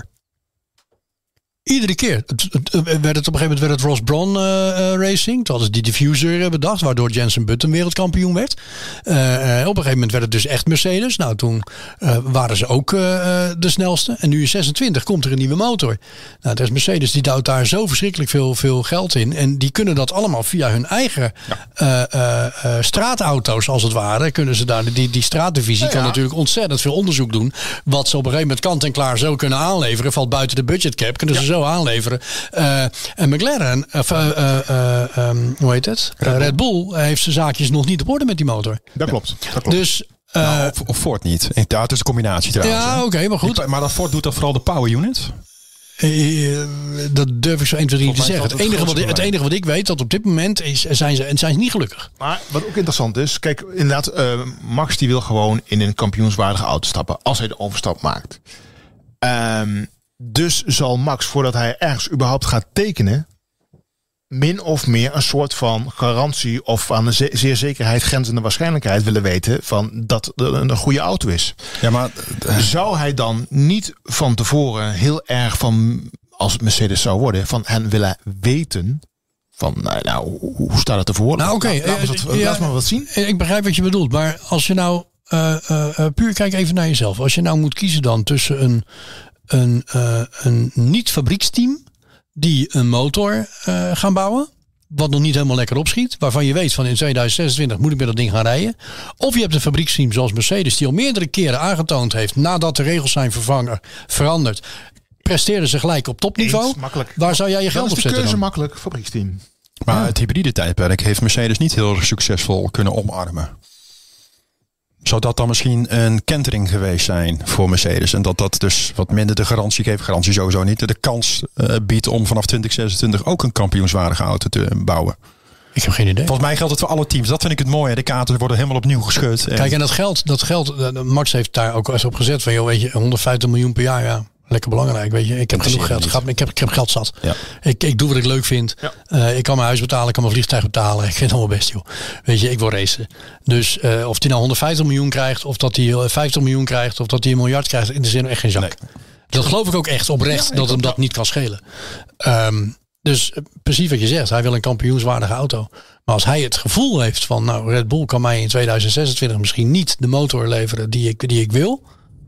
Iedere keer. Het, het, het, werd het, op een gegeven moment werd het Ross Brawn uh, uh, Racing. Toen hadden ze die diffuser bedacht, waardoor Jensen Button wereldkampioen werd. Uh, uh, op een gegeven moment werd het dus echt Mercedes. Nou, toen uh, waren ze ook uh, de snelste. En nu in zesentwintig komt er een nieuwe motor. Nou, dat is Mercedes, die duwt daar zo verschrikkelijk veel, veel geld in. En die kunnen dat allemaal via hun eigen ja. uh, uh, uh, straatauto's, als het ware. Kunnen ze daar, die, die straatdivisie ja, ja. kan natuurlijk ontzettend veel onderzoek doen. Wat ze op een gegeven moment kant en klaar zo kunnen aanleveren. Valt buiten de budgetcap. Kunnen ze ja. zo aanleveren. Uh, en McLaren, of, uh, uh, uh, um, hoe heet het? Red Bull. Uh, Red Bull heeft zijn zaakjes nog niet op orde met die motor. Dat klopt. Dat klopt. Dus uh, nou, of, of Ford niet. Ja, het is een combinatie trouwens. Ja, oké, okay, maar goed. Ik, maar dat Ford doet dat vooral de power unit? Uh, dat durf ik zo één, twee, drie niet te zeggen. Het, het, enige wat, het enige wat ik weet, dat op dit moment is, zijn, ze, zijn ze niet gelukkig. Maar wat ook interessant is, kijk, inderdaad, uh, Max die wil gewoon in een kampioenswaardige auto stappen als hij de overstap maakt. Um, Dus zal Max, voordat hij ergens überhaupt gaat tekenen, min of meer een soort van garantie of aan de zeer zekerheid grenzende waarschijnlijkheid willen weten van dat het een goede auto is. Ja, maar zou hij dan niet van tevoren heel erg van, als het Mercedes zou worden, van hen willen weten van, nou, nou hoe staat het ervoor? Nou, oké. Okay. Laat, laat, ja, laat maar wat zien. Ik begrijp wat je bedoelt, maar als je nou uh, uh, uh, puur kijk even naar jezelf. Als je nou moet kiezen dan tussen een Een, uh, een niet-fabrieksteam die een motor uh, gaan bouwen, wat nog niet helemaal lekker opschiet, waarvan je weet van in tweeduizend zesentwintig moet ik met dat ding gaan rijden. Of je hebt een fabrieksteam zoals Mercedes die al meerdere keren aangetoond heeft, nadat de regels zijn vervangen, veranderd, presteren ze gelijk op topniveau. Eens, waar zou jij je geld op zetten? Dat is de keuze dan? makkelijk, fabrieksteam. Maar ja. Het hybride tijdperk heeft Mercedes niet heel succesvol kunnen omarmen. Zou dat dan misschien een kentering geweest zijn voor Mercedes? En dat dat dus wat minder de garantie geeft. Garantie sowieso niet. De kans uh, biedt om vanaf twintig zesentwintig ook een kampioenswaardige auto te bouwen. Ik heb geen idee. Volgens mij geldt het voor alle teams. Dat vind ik het mooie. De kaarten worden helemaal opnieuw geschud. En... Kijk, en dat geld, dat geld, Max heeft daar ook eens op gezet. Van, joh, weet je, honderdvijftig miljoen per jaar, ja. Lekker belangrijk, weet je. Ik heb genoeg geld. Niet. Ik heb, ik heb geld zat. Ja. Ik, ik doe wat ik leuk vind. Ja. Uh, ik kan mijn huis betalen, ik kan mijn vliegtuig betalen. Ik vind het allemaal best, joh. Weet je, ik wil racen. Dus uh, of hij nou honderdvijftig miljoen krijgt, of dat hij vijftig miljoen krijgt, of dat hij een miljard krijgt, in de zin echt geen zak. Nee. Dat geloof ik ook echt oprecht, ja, dat hem dat ja. niet kan schelen. Um, dus uh, precies wat je zegt, hij wil een kampioenswaardige auto. Maar als hij het gevoel heeft van, nou, Red Bull kan mij in tweeduizend zesentwintig misschien niet de motor leveren die ik, die ik wil.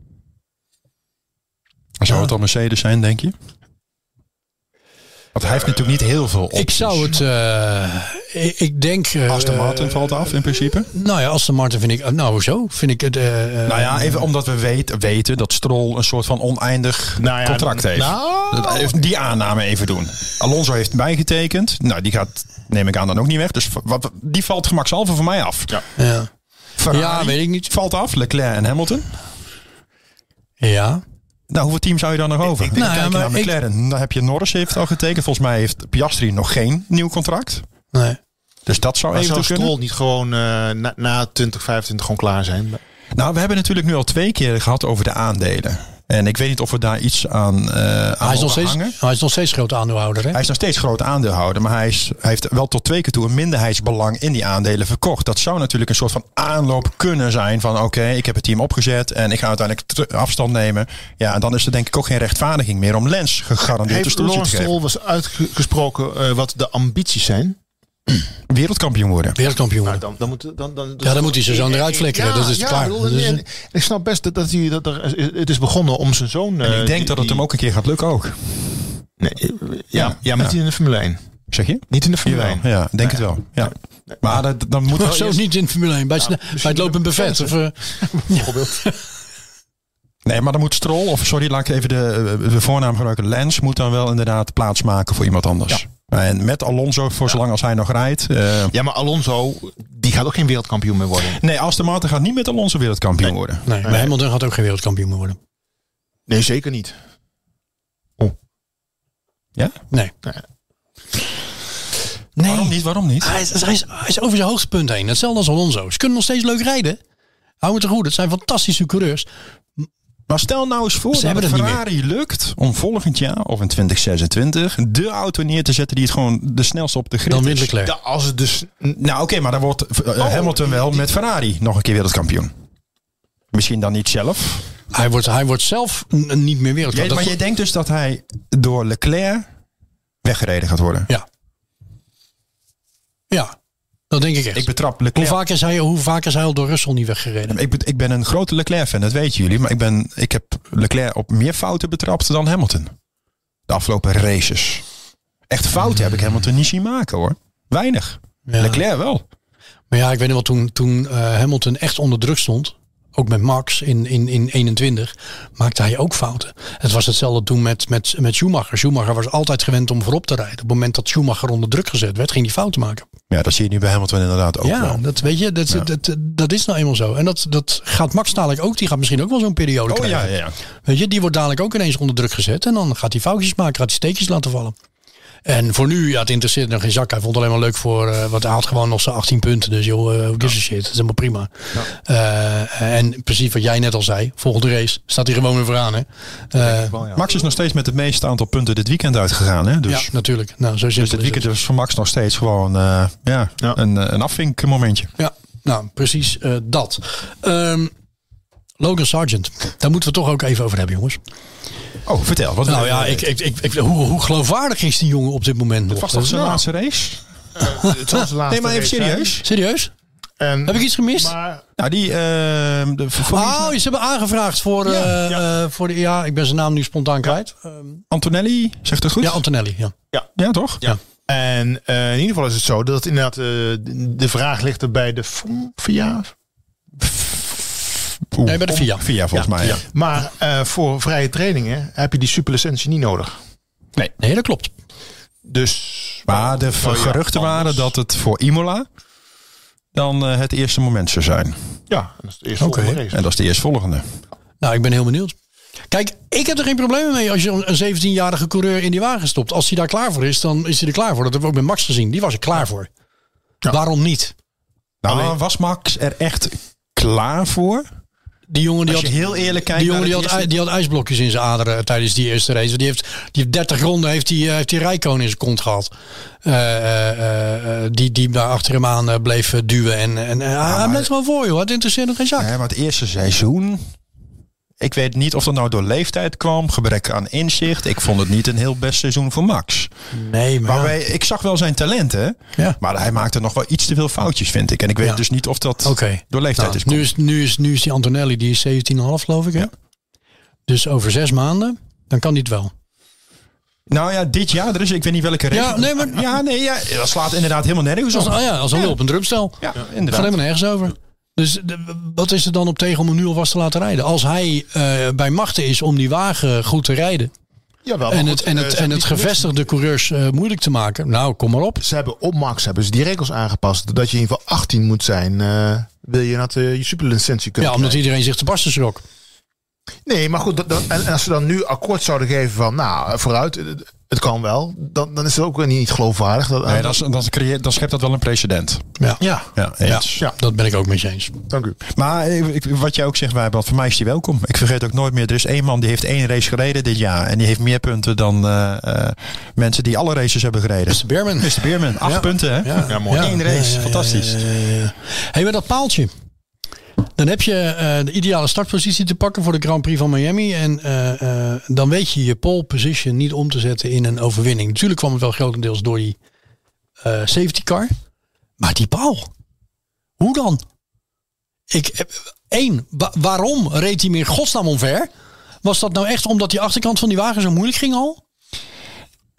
Zou ja. het dan Mercedes zijn, denk je? Want hij heeft natuurlijk niet heel veel opties. Ik zou het... Uh, ik, ik denk... Uh, Aston Martin uh, valt af in principe? Nou ja, Aston Martin vind ik... Nou, hoezo? Vind ik het... Uh, nou ja, even omdat we weet, weten dat Stroll een soort van oneindig nou ja, contract heeft. Nou, die aanname even doen. Alonso heeft bijgetekend. Nou, die gaat, neem ik aan, dan ook niet weg. Dus wat, die valt gemakshalve voor mij af. Ja, ja. Ferrari ja weet ik niet. Valt af. Leclerc en Hamilton. Ja. Nou, hoeveel team zou je dan nog over? Ik, ik nou, kijk ja, naar McLaren. Ik... Dan heb je Norris heeft al getekend. Volgens mij heeft Piastri nog geen nieuw contract. Nee. Dus dat zou maar even zou Stroll niet gewoon uh, na, na twintig vijfentwintig gewoon klaar zijn? Nou, we hebben natuurlijk nu al twee keer gehad over de aandelen. En ik weet niet of we daar iets aan, uh, aan hij, is nog steeds, hij is nog steeds groot aandeelhouder. Hè? Hij is nog steeds groot aandeelhouder. Maar hij, is, hij heeft wel tot twee keer toe een minderheidsbelang in die aandelen verkocht. Dat zou natuurlijk een soort van aanloop kunnen zijn. Van oké, okay, ik heb het team opgezet. En ik ga uiteindelijk afstand nemen. Ja, en dan is er denk ik ook geen rechtvaardiging meer om Lens gegarandeerd de stoeltje te geven. Heeft Lawrence Stroll was uitgesproken uh, wat de ambities zijn? Wereldkampioen worden. Wereldkampioen worden. Nou, dan, dan moet, dan, dan, ja, dan moet hij ze zo eruit flikkeren. Ja, dat is ja, klaar. Bedoel, dus, en, ik snap best dat, dat, hij, dat er, het is begonnen om zijn zoon... En ik denk die, dat het hem ook een keer gaat lukken ook. Nee, ja, ja, ja, maar ja. niet in de Formule één. Zeg je? Niet in de Formule één. Ja, denk nee. het wel. Ja. Nee. Nee. Maar dat, dan moet wel zo eerst... niet in de Formule één. Bij, ja, bij het lopen buffet. Of, uh... Bijvoorbeeld. Nee, maar dan moet Stroll, of sorry, laat ik even de, de voornaam gebruiken. Lance moet dan wel inderdaad plaatsmaken voor iemand anders. Ja. En met Alonso, voor ja. zolang als hij nog rijdt. Uh, ja, maar Alonso, die gaat ook geen wereldkampioen meer worden. Nee, Aston Martin gaat niet met Alonso wereldkampioen nee. worden. Nee, maar nee. Hamilton gaat ook geen wereldkampioen meer worden. Nee, zeker niet. Oh. Ja? Nee. nee. Nee. Waarom niet? Waarom niet? Hij is, hij, is, hij is over zijn hoogtepunt heen. Hetzelfde als Alonso. Ze kunnen nog steeds leuk rijden. Hou me te goed. Het zijn fantastische coureurs. Maar stel nou eens voor Ze dat het Ferrari lukt om volgend jaar of in twintig zesentwintig de auto neer te zetten die het gewoon de snelste op de grid dan is. wint Leclerc. Ja, als het dus... Nou oké, okay, maar dan wordt uh, oh, Hamilton wel met Ferrari nog een keer wereldkampioen. Misschien dan niet zelf. Hij wordt, hij wordt zelf n- niet meer wereldkampioen. Ja, maar je denkt dus dat hij door Leclerc weggereden gaat worden? Ja. Ja. Dat denk ik echt. Ik betrap Leclerc. Hoe vaak is hij, hoe vaak is hij al door Russell niet weggereden? Ik ben, ik ben een grote Leclerc-fan, dat weten jullie. Maar ik, ben, ik heb Leclerc op meer fouten betrapt dan Hamilton. De afgelopen races. Echt fouten hmm. heb ik Hamilton niet zien maken hoor. Weinig. Ja. Leclerc wel. Maar ja, ik weet nog wel, toen, toen uh, Hamilton echt onder druk stond... ook met Max in, in, in eenentwintig, maakte hij ook fouten. Het was hetzelfde toen met, met, met Schumacher. Schumacher was altijd gewend om voorop te rijden. Op het moment dat Schumacher onder druk gezet werd, ging hij fouten maken. Ja, dat zie je nu bij Hamilton inderdaad ook ja, wel. Dat weet je, dat, ja. dat, dat, dat is nou eenmaal zo. En dat, dat gaat Max dadelijk ook. Die gaat misschien ook wel zo'n periode oh, krijgen. Ja, ja. Weet je, die wordt dadelijk ook ineens onder druk gezet. En dan gaat hij foutjes maken, gaat hij steekjes laten vallen. En voor nu, ja, het interesseert nog geen zak. Hij vond het alleen maar leuk voor, uh, want hij had gewoon nog zijn achttien punten. Dus joh, uh, who gives a shit. Dat is helemaal prima. Ja. Uh, en precies wat jij net al zei. Volgende race staat hij gewoon weer vooraan. Hè? Uh, wel, ja. Max is nog steeds met het meeste aantal punten dit weekend uitgegaan. Hè? Dus, ja, natuurlijk. Nou, zo dus dit weekend is voor Max nog steeds gewoon uh, ja, ja. een, een afvinkmomentje. Ja, nou, precies uh, dat. Um, Logan Sargent. Daar moeten we het toch ook even over hebben, jongens. Oh, vertel. Wat nou ja, ik, ik, ik, ik, hoe, hoe geloofwaardig is die jongen op dit moment nog? Het was toch zijn nou. laatste race? Uh, het was de laatste nee, maar even serieus. Zijn. Serieus? En, Heb ik iets gemist? Maar, nou, die... Uh, de, oh, ze hebben aangevraagd voor, uh, ja, ja. Uh, voor de... Ja, ik ben zijn naam nu spontaan kwijt. Ja. Um, Antonelli, zegt het goed? Ja, Antonelli, ja. Ja, ja toch? Ja. En uh, in ieder geval is het zo dat het inderdaad uh, de vraag ligt er bij de via... Oeh, nee, bij de V I A. V I A volgens ja, mij. Ja. Maar uh, voor vrije trainingen heb je die superlicentie niet nodig. Nee, nee, dat klopt. Dus, maar de oh, geruchten ja, waren dat het voor Imola dan uh, het eerste moment zou zijn. Ja, dat is de eerstvolgende okay. race. En dat is de eerstvolgende. Nou, ik ben heel benieuwd. Kijk, ik heb er geen probleem mee als je een zeventienjarige coureur in die wagen stopt. Als hij daar klaar voor is, dan is hij er klaar voor. Dat hebben we ook met Max gezien. Die was er klaar voor. Ja. Waarom niet? Nou, Alleen, was Max er echt klaar voor? Die jongen die Als je had, heel eerlijk kijkt, die jongen die had, die had ijsblokjes in zijn aderen tijdens die eerste race. Die heeft, die heeft dertig ronden heeft die, heeft die Räikkönen in zijn kont gehad. Uh, uh, uh, die, die daar achter hem aan uh, bleef duwen. En, en uh, ja, hij bleef gewoon voor, joh. Het interesseert nog geen zak. Ja, maar het eerste seizoen... Ik weet niet of dat nou door leeftijd kwam, gebrek aan inzicht. Ik vond het niet een heel best seizoen voor Max. Nee, maar... Waarbij, ik zag wel zijn talenten, ja. maar hij maakte nog wel iets te veel foutjes, vind ik. En ik weet ja. dus niet of dat okay. door leeftijd nou, is. Nu is, nu, is, nu is die Antonelli, die is zeventien komma vijf geloof ik. Hè? Ja. Dus over zes maanden, dan kan die het wel. Nou ja, dit jaar, er is, ik weet niet welke race. Ja, nee, maar... Ja, nee, ja, dat slaat inderdaad helemaal nergens op. Als, oh ja, als een ja. op een drumstel. Ja, ja, inderdaad. gaat helemaal nergens over. Dus de, wat is er dan op tegen om hem nu alvast te laten rijden? Als hij uh, bij machten is om die wagen goed te rijden. Jawel, en het, en het, uh, en het gevestigde coureurs uh, moeilijk te maken. Nou, kom maar op. Ze hebben op Max hebben ze die regels aangepast. Dat je in ieder geval achttien moet zijn. Uh, wil je dat uh, je superlicentie kunnen Ja, omdat krijgen. iedereen zich te barsten schrok. Nee, maar goed. Dat, dat, en als ze dan nu akkoord zouden geven van, nou, vooruit, het kan wel. Dan, dan is het ook weer niet geloofwaardig. Dat, nee, dan, dan, creëert, dan schept dat wel een precedent. Ja, ja. ja, ja, ja dat ben ik ook met je eens. Dank u. Maar ik, wat jij ook zegt, Wijbrand, voor mij is die welkom. Ik vergeet ook nooit meer, er is één man die heeft één race gereden dit jaar. En die heeft meer punten dan uh, uh, mensen die alle races hebben gereden. mister Beerman. mister Beerman, acht ja. punten hè? Ja, ja mooi. Eén ja, race, ja, ja, fantastisch. Ja, ja, ja, ja. Hey, met dat paaltje. Dan heb je uh, de ideale startpositie te pakken voor de Grand Prix van Miami. En uh, uh, dan weet je je pole position niet om te zetten in een overwinning. Natuurlijk kwam het wel grotendeels door die uh, safety car. Maar die paal. Hoe dan? Ik, één, wa- waarom reed hij meer godsnaam omver? Was dat nou echt omdat die achterkant van die wagen zo moeilijk ging al?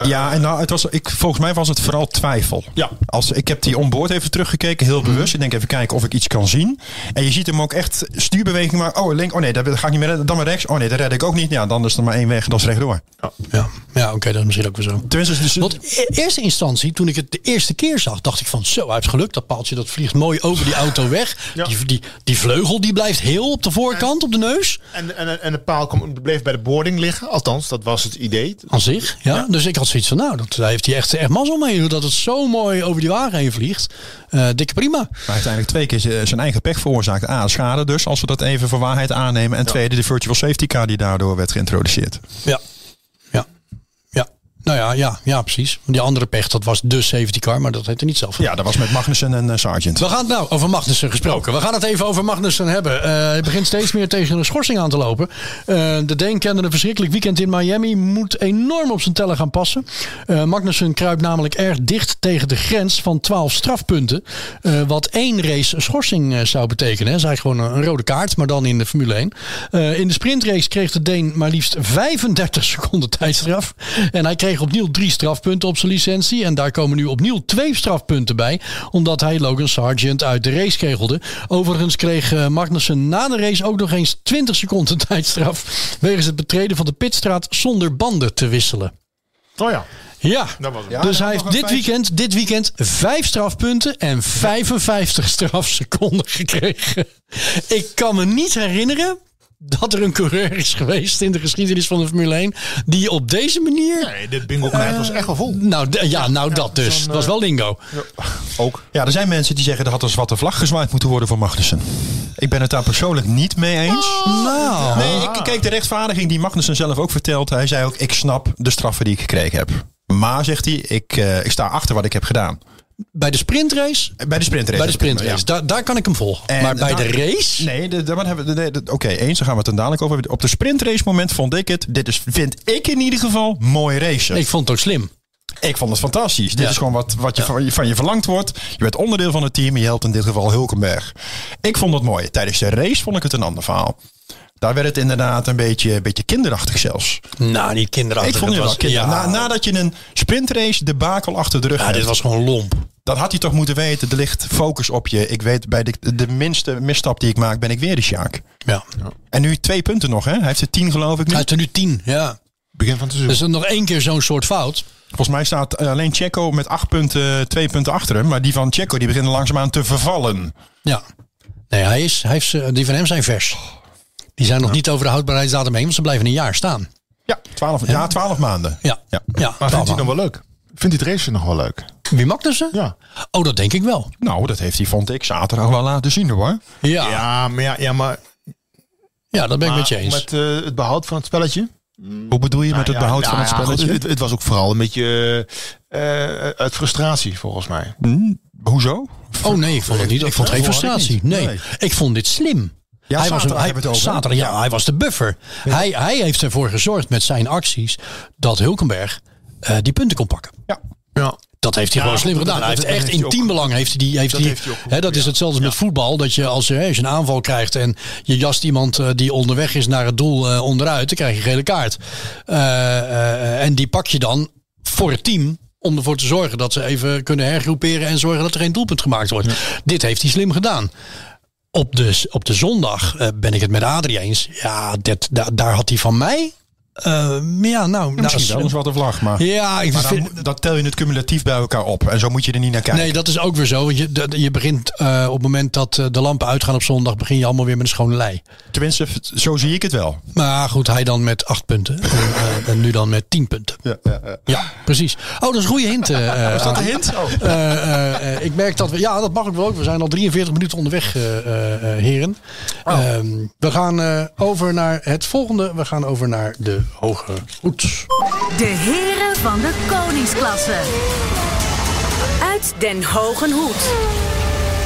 Ja, en nou, het was, ik, volgens mij was het vooral twijfel. Ja. Als, ik heb die onboard even teruggekeken, heel bewust. Mm. Ik denk even kijken of ik iets kan zien. En je ziet hem ook echt stuurbeweging maken. Oh, link, oh nee, daar ga ik niet meer redden. Dan maar rechts. Oh nee, daar red ik ook niet. Ja, dan is er maar één weg. Dat is rechtdoor. Ja, ja. ja oké, okay, dat is misschien ook weer zo. Tenminste, dus, want in eerste instantie, toen ik het de eerste keer zag, dacht ik van zo, hij heeft geluk. Dat paaltje dat vliegt mooi over die auto weg. Ja. Die, die, die vleugel die blijft heel op de voorkant, en, op de neus. En, en, en de paal kom, bleef bij de boarding liggen. Althans, dat was het idee. Aan zich, ja. ja. Dus ik had zoiets van, nou, dat, daar heeft hij echt, echt mazzel mee. Dat het zo mooi over die wagen heen vliegt. Uh, dikke prima. Maar hij heeft eigenlijk twee keer zijn eigen pech veroorzaakt. A, schade dus, als we dat even voor waarheid aannemen. En ja. tweede, de virtual safety car die daardoor werd geïntroduceerd. Ja, ja, ja. Nou ja, ja, ja, precies. Die andere pech, dat was de safety car, maar dat heette niet zelf. Ja, dat was met Magnussen en uh, Sargent. We gaan het nou over Magnussen gesproken. We gaan het even over Magnussen hebben. Uh, hij begint steeds meer tegen een schorsing aan te lopen. Uh, de Deen kende een verschrikkelijk weekend in Miami. Moet enorm op zijn tellen gaan passen. Uh, Magnussen kruipt namelijk erg dicht tegen de grens van twaalf strafpunten. Uh, wat één race schorsing uh, zou betekenen. Dat is eigenlijk gewoon een, een rode kaart, maar dan in de Formule één. Uh, in de sprintrace kreeg de Deen maar liefst vijfendertig seconden tijdstraf. En hij kreeg opnieuw drie strafpunten op zijn licentie. En daar komen nu opnieuw twee strafpunten bij. Omdat hij Logan Sargent uit de race kegelde. Overigens kreeg Magnussen na de race ook nog eens twintig seconden tijdstraf. Wegens het betreden van de pitstraat zonder banden te wisselen. Oh ja. Ja, ja, dus hij heeft dit weekend, dit weekend vijf strafpunten en vijfenvijftig strafseconden gekregen. Ik kan me niet herinneren dat er een coureur is geweest in de geschiedenis van de Formule één die op deze manier... Nee, de bingo-kaart uh, was echt wel vol. Nou, d- ja, nou ja, dat dus. Dat was wel lingo. Ja, ook. Ja, er zijn mensen die zeggen er had een zwarte vlag gezwaaid moeten worden voor Magnussen. Ik ben het daar persoonlijk niet mee eens. Oh, nou. Nee, ik keek de rechtvaardiging die Magnussen zelf ook vertelt. Hij zei ook, ik snap de straffen die ik gekregen heb. Maar, zegt hij, ik, uh, ik sta achter wat ik heb gedaan. Bij de sprintrace? Bij de sprintrace. Bij de sprintrace. Ja. Daar, daar kan ik hem volgen. En maar bij daar, de race? Nee, de, de, hebben we. De, de, Oké, okay, eens, daar gaan we het dan dadelijk over. Op de sprintrace moment vond ik het. Dit is, vind ik in ieder geval, mooi racen. Ik vond het ook slim. Ik vond het fantastisch. Ja. Dit is gewoon wat, wat je, ja. van, je van je verlangd wordt. Je bent onderdeel van het team. En je helpt in dit geval Hulkenberg. Ik vond het mooi. Tijdens de race vond ik het een ander verhaal. Daar werd het inderdaad een beetje, een beetje kinderachtig zelfs. Nou, niet kinderachtig. Ik vond het wel kinderachtig. Ja. Na, nadat je een sprintrace debakel achter de rug ja, hebt. Dit was gewoon lomp. Dat had hij toch moeten weten. Er ligt focus op je. Ik weet, bij de, de minste misstap die ik maak, ben ik weer de Sjaak. Ja. En nu twee punten nog, hè? Hij heeft er tien, geloof ik nu. Hij heeft er nu tien, ja. Begin van het seizoen. Dus er nog één keer zo'n soort fout. Volgens mij staat alleen Checo met acht punten, twee punten achter hem. Maar die van Checo, die beginnen langzaamaan te vervallen. Ja. Nee, hij is, hij heeft, die van hem zijn vers. Die zijn nog ja. niet over de houdbaarheidsdatum heen, want ze blijven een jaar staan. Ja, twaalf, ja, twaalf maanden. Ja. Ja. Ja, maar vindt hij nog wel leuk? Vindt hij het race nog wel leuk? Wie Magnussen? Ja. Oh, dat denk ik wel. Nou, dat heeft hij, vond ik, zaterdag wel laten zien, hoor. Ja, ja, maar, ja, ja, maar... ja dat ben ik met je eens. Met uh, het behoud van het spelletje? Hoe bedoel je nou, met het ja, behoud nou, van het ja, spelletje? Goed, het, het was ook vooral een beetje uh, uit frustratie, volgens mij. Hmm, hoezo? Oh nee, ik vond het niet. Ik vond geen frustratie. Nee. nee, ik vond dit slim. Ja, hij zaterdag was een, hij, het over. Zaterdag, ja, hij was de buffer. Ja. Hij, hij heeft ervoor gezorgd met zijn acties dat Hulkenberg uh, die punten kon pakken. Ja. Ja. Dat heeft hij ja, gewoon slim gedaan. Hij heeft echt in teambelang heeft hij die. Heeft dat, die, heeft hij ook, hè, dat is hetzelfde ja. met voetbal. Dat je als, hè, als je een aanval krijgt en je jast iemand uh, die onderweg is naar het doel uh, onderuit, dan krijg je een gele kaart. Uh, uh, en die pak je dan voor het team. Om ervoor te zorgen dat ze even kunnen hergroeperen en zorgen dat er geen doelpunt gemaakt wordt. Ja. Dit heeft hij slim gedaan. Op de, op de zondag uh, ben ik het met Adrie eens. Ja, dat, da, daar had hij van mij... Uh, ja, nou, ja, misschien nou, wel eens wat een vlag, maar, ja, ik maar vind, dan, dat tel je het cumulatief bij elkaar op. En zo moet je er niet naar kijken. Nee, dat is ook weer zo. Want je, de, je begint uh, op het moment dat uh, de lampen uitgaan op zondag, begin je allemaal weer met een schone lei. Tenminste, zo zie ik het wel. Maar goed, hij dan met acht punten. en, uh, en nu dan met tien punten. Ja, ja, ja. ja precies. Oh, dat is een goede hint. Uh, is dat een hint? Oh. Uh, uh, uh, ik merk dat we... Ja, dat mag ik wel ook. We zijn al drieënveertig minuten onderweg, uh, uh, heren. Oh. Uh, we gaan uh, over naar het volgende. We gaan over naar de hoge hoed. De heren van de koningsklasse. Uit Den Hogen Hoed.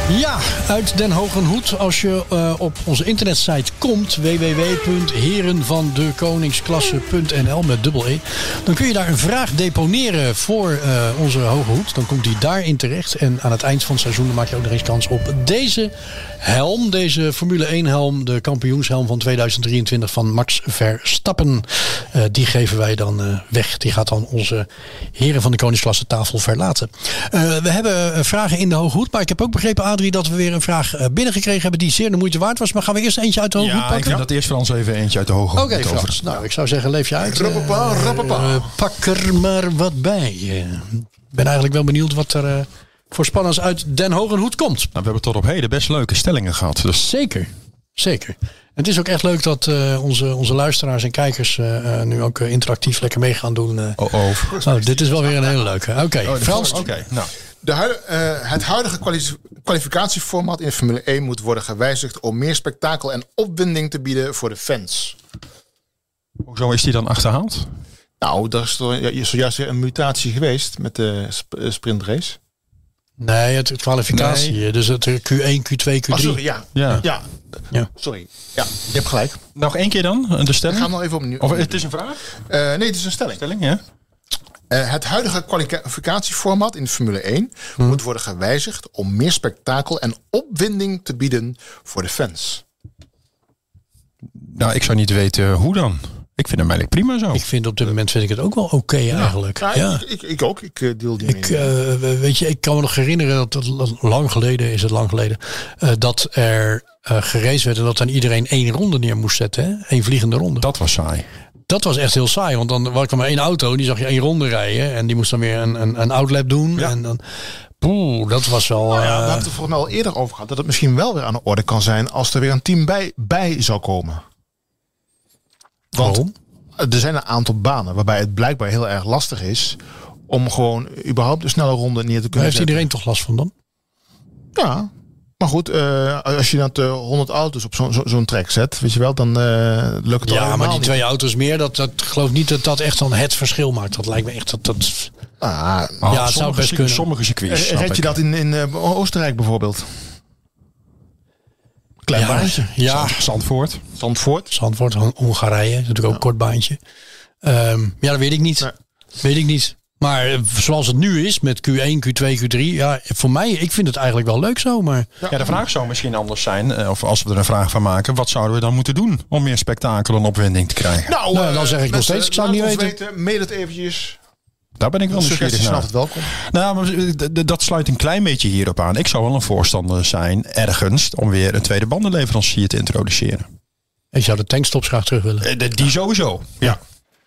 Ja, uit Den Hogen Hoed. Als je uh, op onze internetsite komt, w w w punt heren van de koningsklasse punt n l met dubbel E, dan kun je daar een vraag deponeren voor uh, onze Hoge Hoed. Dan komt die daarin terecht. En aan het eind van het seizoen maak je ook nog eens kans op deze helm. Deze Formule één helm, de kampioenshelm van tweeduizend drieëntwintig van Max Verstappen. Uh, die geven wij dan uh, weg. Die gaat dan onze heren van de koningsklasse tafel verlaten. Uh, we hebben uh, vragen in de Hoge Hoed, maar ik heb ook begrepen, Adrie, dat we weer een vraag uh, binnengekregen hebben die zeer de moeite waard was. Maar gaan we eerst eentje uit de Hoge ja, Hoed pakken? ik vind dat eerst Frans even eentje uit de Hoge Hoed. Oké, okay, Frans. Nou, ik zou zeggen, leef je uit. Rappapa, rappapa. Uh, uh, pak er maar wat bij. Ik uh, ben eigenlijk wel benieuwd wat er uh, voor spannends uit Den Hogen Hoed komt. Nou, we hebben tot op heden best leuke stellingen gehad. Dus. Zeker, zeker. Het is ook echt leuk dat uh, onze, onze luisteraars en kijkers uh, uh, nu ook uh, interactief lekker mee gaan doen. Uh. Oh, oh. oh, dit is wel weer een hele leuke. Oké, okay, oh, Frans. Oké, okay, nou. De huid, uh, het huidige kwalif- kwalificatieformat in Formule één moet worden gewijzigd om meer spektakel en opwinding te bieden voor de fans. Hoezo is die dan achterhaald? Nou, er is toch, ja, zojuist weer een mutatie geweest met de sp- sprintrace. Nee, het, het kwalificatie. Nee. Dus het Q één, Q twee, Q drie. Oh, sorry, ja. Ja. Ja. ja. Sorry. Ja, je hebt gelijk. Nog één keer dan, de stelling? Ik ga nog even opnieuw. Of het is een vraag? Uh, nee, het is een stelling. Stelling, ja. Uh, het huidige kwalificatieformat in de Formule één hmm. moet worden gewijzigd om meer spektakel en opwinding te bieden voor de fans. Nou, ik zou niet weten hoe dan. Ik vind hem eigenlijk prima zo. Ik vind op dit moment vind ik het ook wel oké okay ja. eigenlijk. Ja, ja. Ik, ik, ik ook. Ik uh, deel die ik, uh, weet je, ik kan me nog herinneren dat het lang geleden is het lang geleden uh, dat er uh, geraced werd en dat dan iedereen één ronde neer moest zetten, hè? Eén vliegende ronde. Dat was saai. Dat was echt heel saai, want dan was er maar één auto, die zag je één ronde rijden en die moest dan weer een, een, een outlap doen ja. en dan. Poeh, dat was wel. Nou ja, uh, we hebben het er volgens mij al eerder over gehad dat het misschien wel weer aan de orde kan zijn als er weer een team bij, bij zou komen. Want waarom? Er zijn een aantal banen waarbij het blijkbaar heel erg lastig is om gewoon überhaupt een snelle ronde neer te kunnen heeft zetten. Iedereen toch last van dan? Ja, maar goed, uh, als je dan honderd auto's op zo, zo, zo'n track zet, weet je wel, dan uh, lukt het al ja, maar die niet. twee auto's meer, dat, dat geloof niet dat dat echt dan het verschil maakt. Dat lijkt me echt dat dat. Ah, ja, oh, het zou best kunnen. Sommige circuits. Uh, red je dat in, in uh, Oostenrijk bijvoorbeeld? Klein ja, baantje. Ja, Zandvoort. Zandvoort. Zandvoort, Hongarije. Dat is natuurlijk ook een ja. kort baantje. Um, ja, dat weet ik niet. Nee. Weet ik niet. Maar zoals het nu is met Q één, Q twee, Q drie. Ja, voor mij, ik vind het eigenlijk wel leuk zo. Maar... Ja, ja, de vraag zou misschien anders zijn. Of als we er een vraag van maken. Wat zouden we dan moeten doen om meer spektakel en opwinding te krijgen? Nou, nou dan zeg ik nog steeds. Ik zou het niet weten. weten. Mail het eventjes. Daar ben ik wel nieuwsgierig naar. Altijd welkom. Nou, maar dat sluit een klein beetje hierop aan. Ik zou wel een voorstander zijn ergens om weer een tweede bandenleverancier te introduceren. Ik zou de tankstops graag terug willen. De, die sowieso. Ja.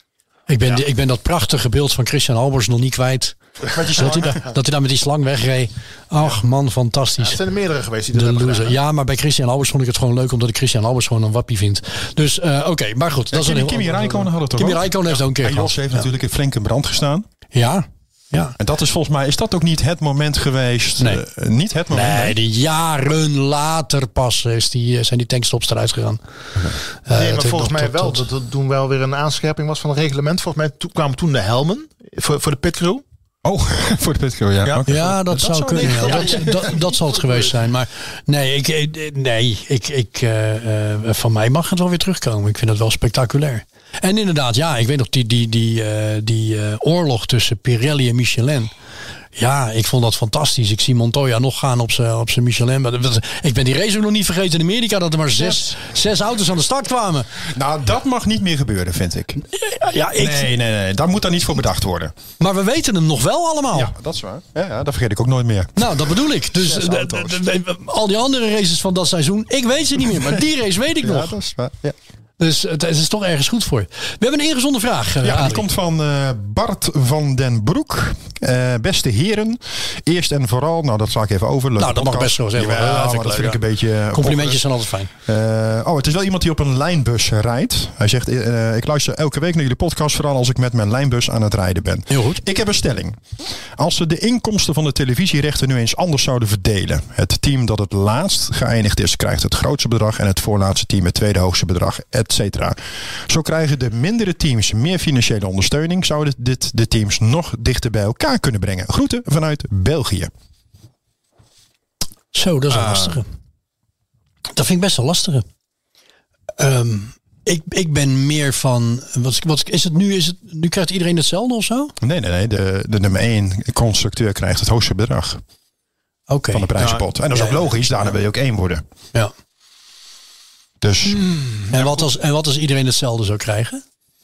Ik ben, ja. de, ik ben dat prachtige beeld van Christian Albers nog niet kwijt. Dat hij, daar, dat hij daar met die slang wegreed. Ach man, fantastisch. Ja, er zijn er meerdere geweest die dat de hebben loser. gedaan. Ja, maar bij Christian Albers vond ik het gewoon leuk omdat ik Christian Albers gewoon een wappie vind. Dus uh, oké, okay, maar goed. Ja, dat Kimi, is een heel Kimi Räikkönen had het toch Kimi Räikkönen heeft ook een keer en Jos heeft ja. natuurlijk in flinke brand gestaan. Ja. Ja. En dat is volgens mij, is dat ook niet het moment geweest? Nee. Uh, niet het moment. Nee, die jaren later pas is die, zijn die tankstops eruit gegaan. Okay. Uh, nee, maar volgens mij tot, wel. Tot... Dat toen wel weer een aanscherping was van het reglement. Volgens mij to- kwamen toen de helmen voor, voor de pitcrew. Oh, voor de pitcrew, ja. Ja, okay. ja dat, dat zou, zou kunnen. Ja. Dat, dat, dat zal het geweest zijn. Maar nee, ik, nee ik, ik, uh, uh, van mij mag het wel weer terugkomen. Ik vind het wel spectaculair. En inderdaad, ja, ik weet nog die, die, die, uh, die uh, oorlog tussen Pirelli en Michelin. Ja, ik vond dat fantastisch. Ik zie Montoya nog gaan op zijn op zijn Michelin. Ik ben die race ook nog niet vergeten in Amerika dat er maar zes, zes auto's aan de start kwamen. Nou, dat mag niet meer gebeuren, vind ik. Ja, ja, ik... Nee, nee, nee. Daar moet dan niet voor bedacht worden. Maar we weten hem nog wel allemaal. Ja, dat is waar. Ja, ja, dat vergeet ik ook nooit meer. Nou, dat bedoel ik. Dus de, de, de, de, al die andere races van dat seizoen, ik weet ze niet meer. Maar die race weet ik ja, nog. Dat is waar. Ja. Dus het is toch ergens goed voor. We hebben een ingezonde vraag. Uh, ja, die Adrie. komt van uh, Bart van den Broek. Uh, beste heren, eerst en vooral, nou dat sla ik even over. Nou, dat podcast. mag best zo zeggen. Ja, ja, dat vind, dat vind ik een beetje... Complimentjes zijn altijd fijn. Uh, oh, het is wel iemand die op een lijnbus rijdt. Hij zegt, uh, ik luister elke week naar jullie podcast, vooral als ik met mijn lijnbus aan het rijden ben. Heel goed. Ik heb een stelling. Als ze de inkomsten van de televisierechten nu eens anders zouden verdelen. Het team dat het laatst geëindigd is, krijgt het grootste bedrag en het voorlaatste team het tweede hoogste bedrag, et cetera. Zo krijgen de mindere teams meer financiële ondersteuning. Zouden dit de teams nog dichter bij elkaar kunnen brengen? Groeten vanuit België. Zo, dat is een Ah. lastige. Dat vind ik best wel lastige. Um, ik, ik ben meer van... Wat, wat is het nu? Is het, nu krijgt iedereen hetzelfde of zo? Nee, nee, nee. De, de nummer één constructeur krijgt het hoogste bedrag Oké. Okay. van de prijzenpot. Ja, en dat is ja, ook logisch. Daarna wil je ook één worden. Ja. Dus... Hmm. En, wat als, en wat als iedereen hetzelfde zou krijgen?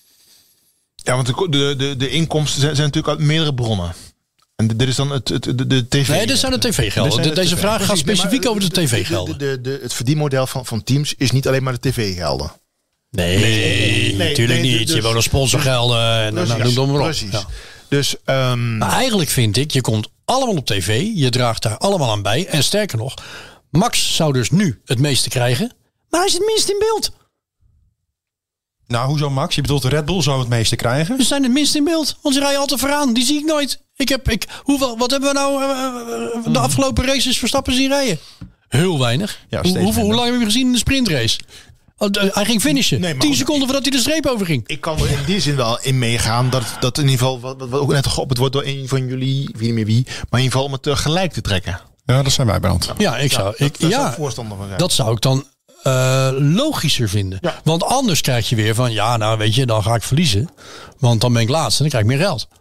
Ja, want de, de, de, de inkomsten zijn, zijn natuurlijk uit meerdere bronnen. En dit is dan het, het, de, de tv. Nee, dit zijn de tv-gelden. De, deze vraag Precies, gaat specifiek nee, over de tv-gelden. De, de, de, het verdienmodel van, van teams is niet alleen maar de tv-gelden. Nee, nee, nee, natuurlijk nee, niet. dus, je hebt ook nog sponsorgelden. En precies, nou, noem maar op. Precies. Ja. Dus, um, maar eigenlijk vind ik, je komt allemaal op tv. Je draagt daar allemaal aan bij. En sterker nog, Max zou dus nu het meeste krijgen. Maar hij is het minst in beeld. Nou, hoezo Max? Je bedoelt de Red Bull zou het meeste krijgen? Ze zijn het minst in beeld. Want ze rijden altijd vooraan. Die zie ik nooit. Ik heb, ik, hoeveel, wat hebben we nou uh, de afgelopen races Verstappen zien rijden? Heel weinig. Ja, Hoe, hoeveel, hoe lang hebben we gezien in de sprintrace? Oh, uh, hij ging finishen. Nee, Tien seconden voordat hij de streep over ging. Ik kan er in die zin wel in meegaan. Dat, dat in ieder geval, wat, wat ook net geopperd wordt door een van jullie, ik weet niet meer wie. Maar in ieder geval om het tegelijk te trekken. Ja, dat zijn wij brand. Ja, ik zou, ja, ik, dat, ja, zou voorstander van zijn. Dat zou ik dan uh, logischer vinden. Ja. Want anders krijg je weer van, ja, nou weet je, dan ga ik verliezen. Want dan ben ik laatste en dan krijg ik meer geld.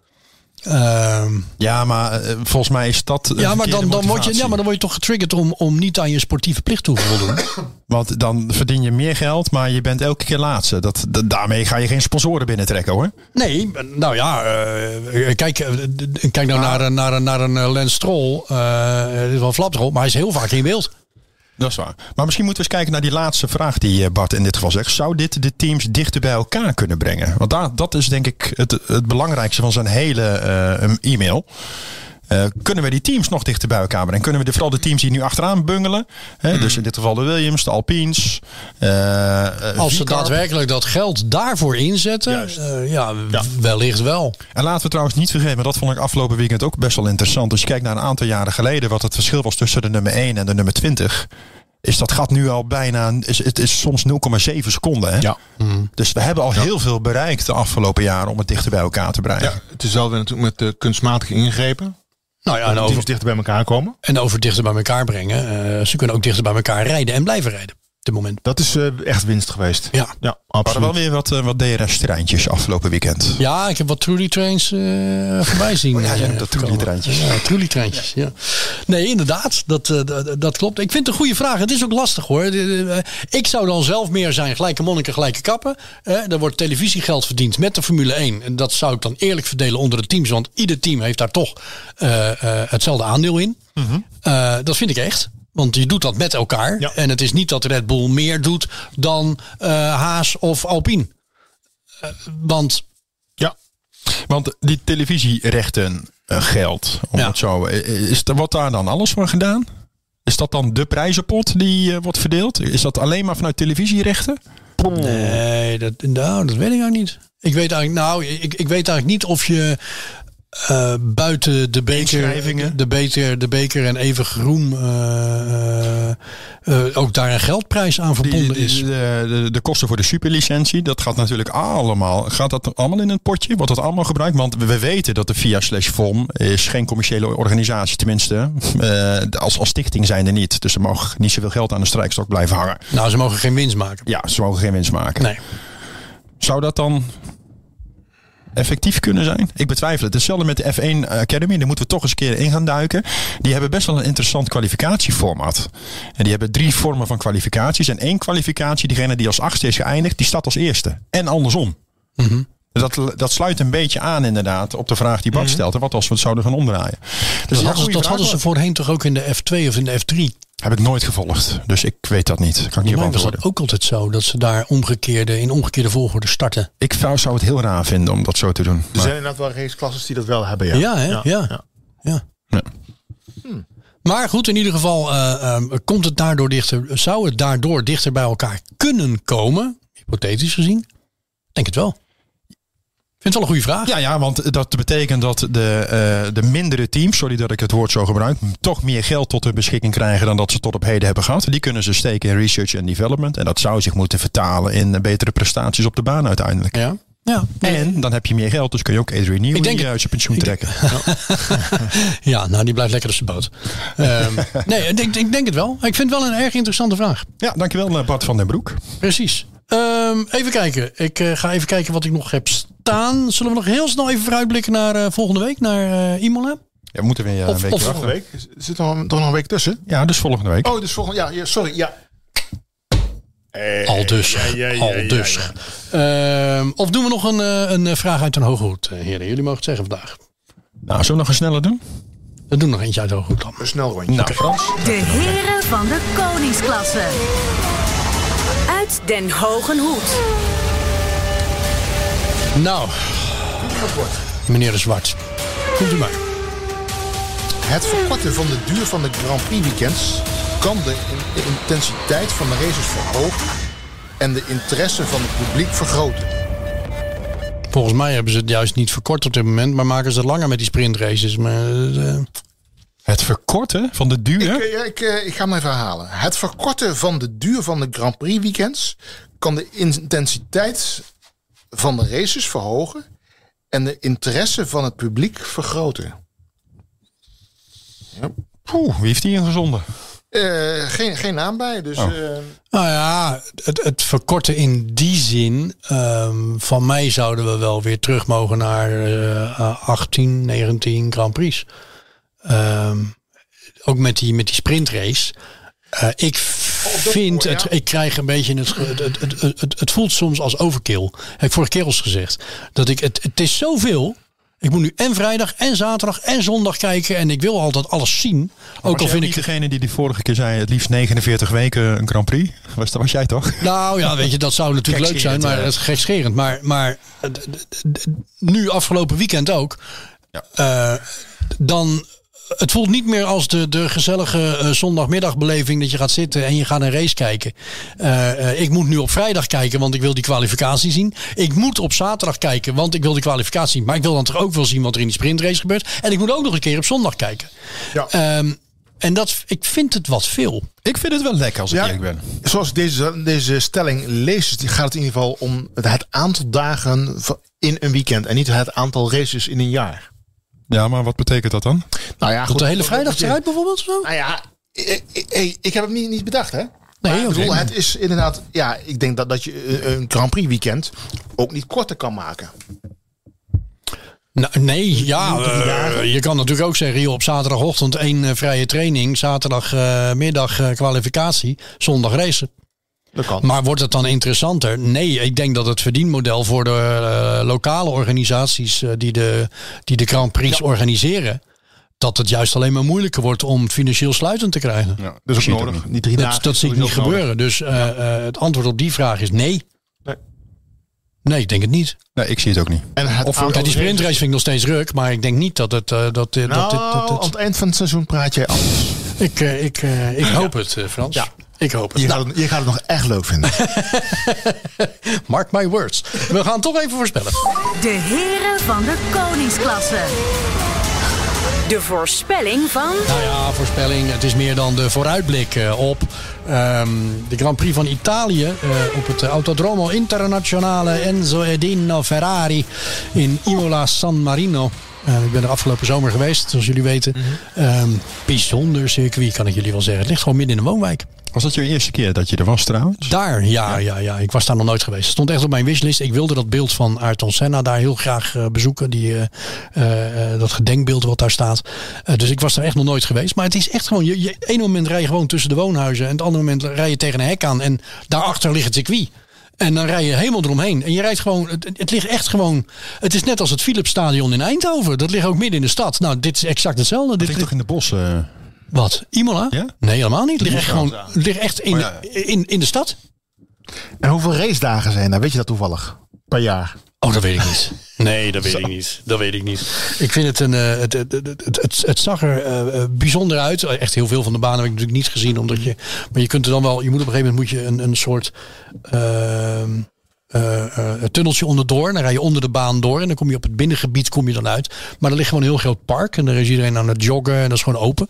Uh, ja, maar uh, volgens mij is dat. Ja, maar dan, dan word je, ja, maar dan word je toch getriggerd om, om niet aan je sportieve plicht toe te voldoen. Want dan verdien je meer geld, maar je bent elke keer laatste. Dat, dat, daarmee ga je geen sponsoren binnentrekken, hoor. Nee, nou ja, uh, kijk, uh, kijk nou ah. naar, naar, naar een Lance Stroll. Uh, dit is wel een flapdrol, maar hij is heel vaak in beeld. Dat is waar. Maar misschien moeten we eens kijken naar die laatste vraag die Bart in dit geval zegt. Zou dit de teams dichter bij elkaar kunnen brengen? Want daar, dat is denk ik het, het belangrijkste van zijn hele uh, e-mail. Uh, kunnen we die teams nog dichter bij elkaar brengen? Kunnen we de, vooral de teams die nu achteraan bungelen? Hè, mm. Dus in dit geval de Williams, de Alpines. Uh, uh, Als ze daadwerkelijk dat geld daarvoor inzetten, uh, ja, ja, wellicht wel. En laten we trouwens niet vergeten, maar dat vond ik afgelopen weekend ook best wel interessant. Als je kijkt naar een aantal jaren geleden, wat het verschil was tussen de nummer één en de nummer twintig. Is dat gat nu al bijna, is, het is soms nul komma zeven seconden. Hè? Ja. Mm. Dus we hebben al ja. heel veel bereikt de afgelopen jaren om het dichter bij elkaar te brengen. Ja, het is wel weer natuurlijk met de kunstmatige ingrepen. Nou ja, en en over, over dichter bij elkaar komen. En over dichter bij elkaar brengen. Uh, ze kunnen ook dichter bij elkaar rijden en blijven rijden. Op dit moment. Dat is uh, echt winst geweest. Ja, ja absoluut. We hadden wel weer wat, uh, wat D R S-treintjes afgelopen weekend. Ja, ik heb wat Truly-trains uh, voorbij zien. Oh ja, ja, uh, dat Truly-treintjes. Ja, Truly-treintjes, ja. Nee, inderdaad. Dat, uh, dat, dat klopt. Ik vind het een goede vraag. Het is ook lastig hoor. Ik zou dan zelf meer zijn gelijke monniken, gelijke kappen. Uh, er wordt televisiegeld verdiend met de Formule één. En dat zou ik dan eerlijk verdelen onder de teams. Want ieder team heeft daar toch uh, uh, hetzelfde aandeel in. Mm-hmm. Uh, dat vind ik echt. Want je doet dat met elkaar. Ja. En het is niet dat Red Bull meer doet dan uh, Haas of Alpine. Uh, want... Ja. Want die televisierechten uh, geld. Om ja. het zo, is er, wordt daar dan alles voor gedaan? Is dat dan de prijzenpot die uh, wordt verdeeld? Is dat alleen maar vanuit televisierechten? Nee, dat, nou, dat weet ik eigenlijk niet. Ik weet eigenlijk, nou, ik, ik weet eigenlijk niet of je... Uh, buiten de beker, de beker, de beker en even groen uh, uh, ook daar een geldprijs aan verbonden die, die, is. De, de, de kosten voor de superlicentie, dat gaat natuurlijk allemaal. Gaat dat allemaal in een potje? Wordt dat allemaal gebruikt? Want we weten dat de V I A slash V O M is geen commerciële organisatie, tenminste uh, als, als stichting zijn er niet. Dus ze mogen niet zoveel geld aan de strijkstok blijven hangen. Nou, ze mogen geen winst maken. Ja, ze mogen geen winst maken. Nee. Zou dat dan effectief kunnen zijn? Ik betwijfel het. Hetzelfde met de F één Academy. Daar moeten we toch eens een keer in gaan duiken. Die hebben best wel een interessant kwalificatieformat. En die hebben drie vormen van kwalificaties. En één kwalificatie, diegene die als achtste is geëindigd, die staat als eerste. En andersom. Mm-hmm. Dat, dat sluit een beetje aan inderdaad op de vraag die Bart mm-hmm. stelt. En wat als we het zouden gaan omdraaien? Dus dat hadden, dat hadden ze voorheen toch ook in de F twee of in de F drie? Heb ik nooit gevolgd. Dus ik weet dat niet. Kan ik niet was dat ook altijd zo. Dat ze daar omgekeerde, in omgekeerde volgorde starten. Ik zou het heel raar vinden om dat zo te doen. Er maar zijn inderdaad wel raceklasses die dat wel hebben. Ja, ja, hè? ja. ja. ja. ja. ja. Hmm. Maar goed, in ieder geval uh, uh, komt het daardoor dichter, zou het daardoor dichter bij elkaar kunnen komen. Hypothetisch gezien. Denk het wel. Ik vind het wel een goede vraag. Ja, ja, want dat betekent dat de, uh, de mindere teams, sorry dat ik het woord zo gebruik, toch meer geld tot hun beschikking krijgen dan dat ze tot op heden hebben gehad. Die kunnen ze steken in research en development. En dat zou zich moeten vertalen in betere prestaties op de baan uiteindelijk. Ja. Ja, En dan heb je meer geld, dus kun je ook Adrian Newey Ik denk uit zijn pensioen ik trekken. ja, nou die blijft lekker op zijn boot. um, nee, ik, ik denk het wel. Ik vind het wel een erg interessante vraag. Ja, dankjewel Bart van den Broek. Precies. Um, even kijken. Ik uh, ga even kijken wat ik nog heb staan. Zullen we nog heel snel even vooruitblikken naar uh, volgende week, naar uh, Imola? Ja, we moeten weer uh, een Of- weekje of- wachten. Volgende week. Zit er nog, toch nog een week tussen? Ja, dus volgende week. Oh, dus volgende... Ja, ja sorry. Ja. Eh, Al dus. ja, ja, ja, Al ja, dus. ja. Um, of doen we nog een, uh, een vraag uit een hoge hoed, uh, heren? Jullie mogen het zeggen vandaag. Nou, zullen we nog een snelle doen? We doen nog eentje uit de hoge hoed dan. Een snel rondje. Nou, Frans. De heren van de koningsklasse. Uit Den Hogen Hoed. Nou, meneer de Zwart. Komt u maar. Het verkorten van de duur van de Grand Prix weekends kan de in- de intensiteit van de races verhogen en de interesse van het publiek vergroten. Volgens mij hebben ze het juist niet verkort op dit moment, maar maken ze het langer met die sprintraces. Maar, uh, Het verkorten van de duur. Ik, ja, ik, eh, ik ga hem even herhalen. Het verkorten van de duur van de Grand Prix weekends kan de intensiteit van de races verhogen en de interesse van het publiek vergroten. Poeh, wie heeft die ingezonden? Eh, geen, geen naam bij, dus... Oh. eh, nou ja, het, het verkorten in die zin. Um, van mij zouden we wel weer terug mogen naar uh, achttien, negentien Grand Prix. Um, ook met die, met die sprintrace. Uh, ik vind het, ik krijg een beetje het, het, het, het, het, het voelt soms als overkill. Heb ik vorige keer al gezegd. Dat ik, het, het is zoveel. Ik moet nu en vrijdag en zaterdag en zondag kijken. En ik wil altijd alles zien. Ook al vind ik... degene die de vorige keer zei het liefst negenenveertig weken een Grand Prix. Was, dat was jij toch? Nou ja, weet je, dat zou natuurlijk leuk zijn. Maar ja. het is gekscherend. Maar, maar d- d- d- nu afgelopen weekend ook. Ja. Uh, dan... Het voelt niet meer als de, de gezellige uh, zondagmiddagbeleving dat je gaat zitten en je gaat een race kijken. Uh, uh, ik moet nu op vrijdag kijken, want ik wil die kwalificatie zien. Ik moet op zaterdag kijken, want ik wil die kwalificatie zien. Maar ik wil dan toch ook wel zien wat er in die sprintrace gebeurt. En ik moet ook nog een keer op zondag kijken. Ja. Um, en dat, ik vind het wat veel. Ik vind het wel lekker als ik Ja, eerlijk ben. Zoals deze, deze stelling leest, die gaat het in ieder geval om het aantal dagen in een weekend en niet het aantal races in een jaar. Ja, maar wat betekent dat dan? Nou ja, Tot de hele vrijdag eruit bijvoorbeeld? Zo? Nou ja, ik, ik, ik heb hem niet, niet bedacht, hè? Nee, maar, ik oké. bedoel, het is inderdaad, ja, ik denk dat, dat je een Grand Prix weekend ook niet korter kan maken. Nou, nee, ja, uh, je kan natuurlijk ook zeggen, joh, op zaterdagochtend één uh, vrije training, zaterdagmiddag uh, uh, kwalificatie, zondag racen. Dat kan. Maar wordt het dan interessanter? Nee, ik denk dat het verdienmodel voor de uh, lokale organisaties uh, die, de, die de Grand Prix ja. organiseren, dat het juist alleen maar moeilijker wordt om financieel sluitend te krijgen. Ja, dat is ook nodig. Die drie dat dagen dat zie ik niet gebeuren. Dus uh, uh, het antwoord op die vraag is nee. Nee. Nee, ik denk het niet. Nee, ik zie het ook niet. En het of ja, die sprintrace vind ik nog steeds ruk, maar ik denk niet dat het... Uh, dat, uh, nou, dat, dit, dat, dat, aan het eind van het seizoen praat jij anders. Ik, uh, ik, uh, ik hoop ja. het, uh, Frans. Ja. Ik hoop het. Je, nou. gaat het. je gaat het nog echt leuk vinden. Mark my words. We gaan toch even voorspellen. De heren van de koningsklasse. De voorspelling van... Nou ja, voorspelling. Het is meer dan de vooruitblik uh, op um, de Grand Prix van Italië. Uh, op het Autodromo Internazionale Enzo Edino Ferrari in Imola San Marino. Uh, ik ben er afgelopen zomer geweest, zoals jullie weten. Mm-hmm. Um, bijzonder circuit, kan ik jullie wel zeggen. Het ligt gewoon midden in de woonwijk. Was dat je eerste keer dat je er was trouwens? Daar, ja, ja, ja. Ik was daar nog nooit geweest. Het stond echt op mijn wishlist. Ik wilde dat beeld van Ayrton Senna daar heel graag uh, bezoeken. Die, uh, uh, dat gedenkbeeld wat daar staat. Uh, dus ik was daar echt nog nooit geweest. Maar het is echt gewoon... Je, je, ene moment rij je gewoon tussen de woonhuizen. En het andere moment rij je tegen een hek aan. En daarachter ligt het circuit. En dan rij je helemaal eromheen. En je rijdt gewoon... Het, het ligt echt gewoon... Het is net als het Philipsstadion in Eindhoven. Dat ligt ook midden in de stad. Nou, dit is exact hetzelfde. Dat dit ligt toch in de bossen? Uh... Wat? Imola? Ja? Nee, helemaal niet. Het ligt echt, gewoon, ligt echt in, oh ja. in, in de stad. En hoeveel racedagen zijn daar? Weet je dat toevallig? Per jaar? Oh, dat weet ik niet. Nee, dat weet ik niet. Dat weet ik niet. Ik vind het een... Uh, het, het, het, het, het, het zag er uh, bijzonder uit. Echt heel veel van de banen heb ik natuurlijk niet gezien. Omdat je, maar je kunt er dan wel... Je moet op een gegeven moment moet je een, een soort... Uh, uh, uh, tunneltje onderdoor. Dan rij je onder de baan door en dan kom je op het binnengebied kom je dan uit. Maar er ligt gewoon een heel groot park en daar is iedereen aan het joggen en dat is gewoon open.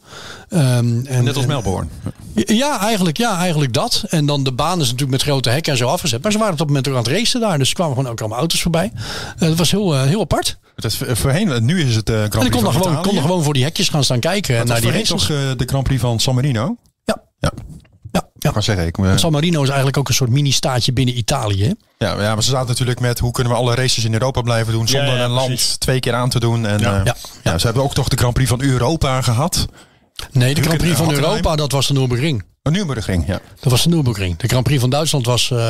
Um, en, Net als en, Melbourne. Ja, eigenlijk, ja, eigenlijk dat. En dan de baan is natuurlijk met grote hekken en zo afgezet. Maar ze waren op dat moment ook aan het racen daar. Dus er kwamen gewoon ook allemaal auto's voorbij. Uh, dat was heel, uh, heel apart. Het is voorheen, nu is het uh, Grand Prix en ik kon van er gewoon, Italië. kon er gewoon voor die hekjes gaan staan kijken. Dat naar was die voorheen races. toch uh, de Grand Prix van San Marino? Ja. Ja. Ja, ja. Ik ga zeggen, ik, uh, San Marino is eigenlijk ook een soort mini-staatje binnen Italië. Hè? Ja, ja, maar ze zaten natuurlijk met hoe kunnen we alle races in Europa blijven doen zonder Ja, ja, een land precies. twee keer aan te doen. En, Ja. uh, Ja. ja, ze hebben ook toch de Grand Prix van Europa gehad. Nee, de Grand Prix van Hockenheim. Europa, dat was de Nürburgring. Een Nürburgring, ja. Dat was de Nürburgring. De Grand Prix van Duitsland was uh,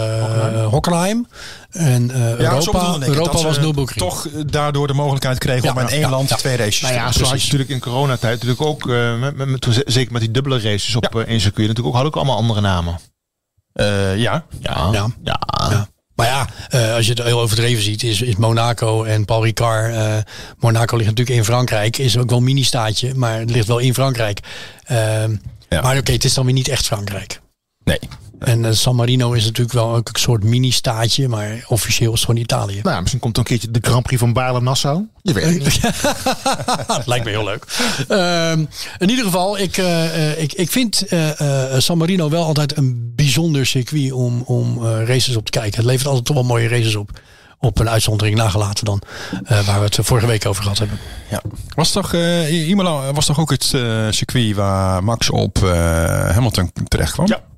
uh, Hockenheim. En uh, Ja, zo Europa, bedoelde ik het, Europa dat ze was Nürburgring. toch daardoor de mogelijkheid kregen Ja, om in ja, één ja, land ja. twee races Nou te ja, doen. zo had je natuurlijk in coronatijd natuurlijk ook, uh, met, met, met, toen, zeker met die dubbele races op Ja. uh, één circuit, natuurlijk ook, hadden ook allemaal andere namen. Uh, ja. Ja. Ja. Ja. Ja. Maar ja, uh, als je het heel overdreven ziet, is, is Monaco en Paul Ricard. Uh, Monaco ligt natuurlijk in Frankrijk. Is ook wel een mini-staatje, maar het ligt wel in Frankrijk. Uh, Ja. Maar oké, okay, het is dan weer niet echt Frankrijk. Nee. En uh, San Marino is natuurlijk wel ook een soort mini-staatje, maar officieel is het gewoon Italië. Nou ja, misschien komt er een keertje de Grand Prix van Baarle-Nassau. Je weet het niet. Dat lijkt me heel leuk. Um, in ieder geval, ik, uh, ik, ik vind uh, uh, San Marino wel altijd een bijzonder circuit om, om uh, races op te kijken. Het levert altijd toch wel mooie races op. Op een uitzondering nagelaten dan. Uh, waar we het vorige week over gehad hebben. Ja. Was toch, uh, Imola was toch ook het uh, circuit waar Max op uh, Hamilton terecht kwam? Ja.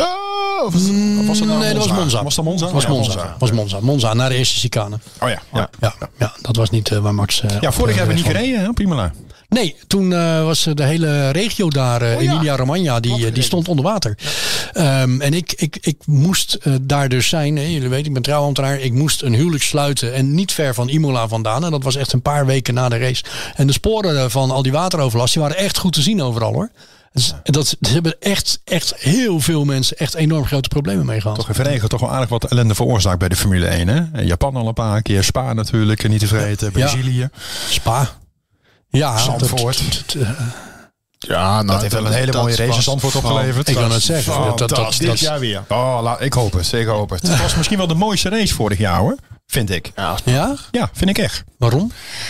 Of was, of was het nou Nee, dat was Monza. Was dat Monza? was Ja, Monza. was Monza. Monza, na de eerste chicane. Oh ja. Ja, Ja, ja dat was niet uh, waar Max... Uh, ja vorig jaar hebben we niet gereden. gereden hè, op Imola. Nee, toen uh, was de hele regio daar, uh, Oh ja. Emilia-Romagna, die, uh, die stond onder water. Ja. Um, en ik, ik, ik moest uh, daar dus zijn. Hè, jullie weten, ik ben trouwambtenaar. Ik moest een huwelijk sluiten en niet ver van Imola vandaan. En dat was echt een paar weken na de race. En de sporen van al die wateroverlast, die waren echt goed te zien overal hoor. Dus dat, ze hebben echt, echt heel veel mensen echt enorm grote problemen mee gehad. Toch in Verenigd toch wel aardig wat ellende veroorzaakt bij de Formule één. Hè? En Japan al een paar keer. Spa natuurlijk, niet te vergeten. Brazilië. Spa. Ja, Zandvoort. Dat, dat, uh, Ja, nou, dat heeft wel een hele mooie race in Zandvoort opgeleverd. ik kan het zeggen. Dat, dat, dat, Dit dat, jaar weer. Oh, la, ik hoop het. Ik hoop het. Het was misschien wel de mooiste race vorig jaar hoor. Vind ik. Ja, ja? Ja, vind ik echt. Waarom?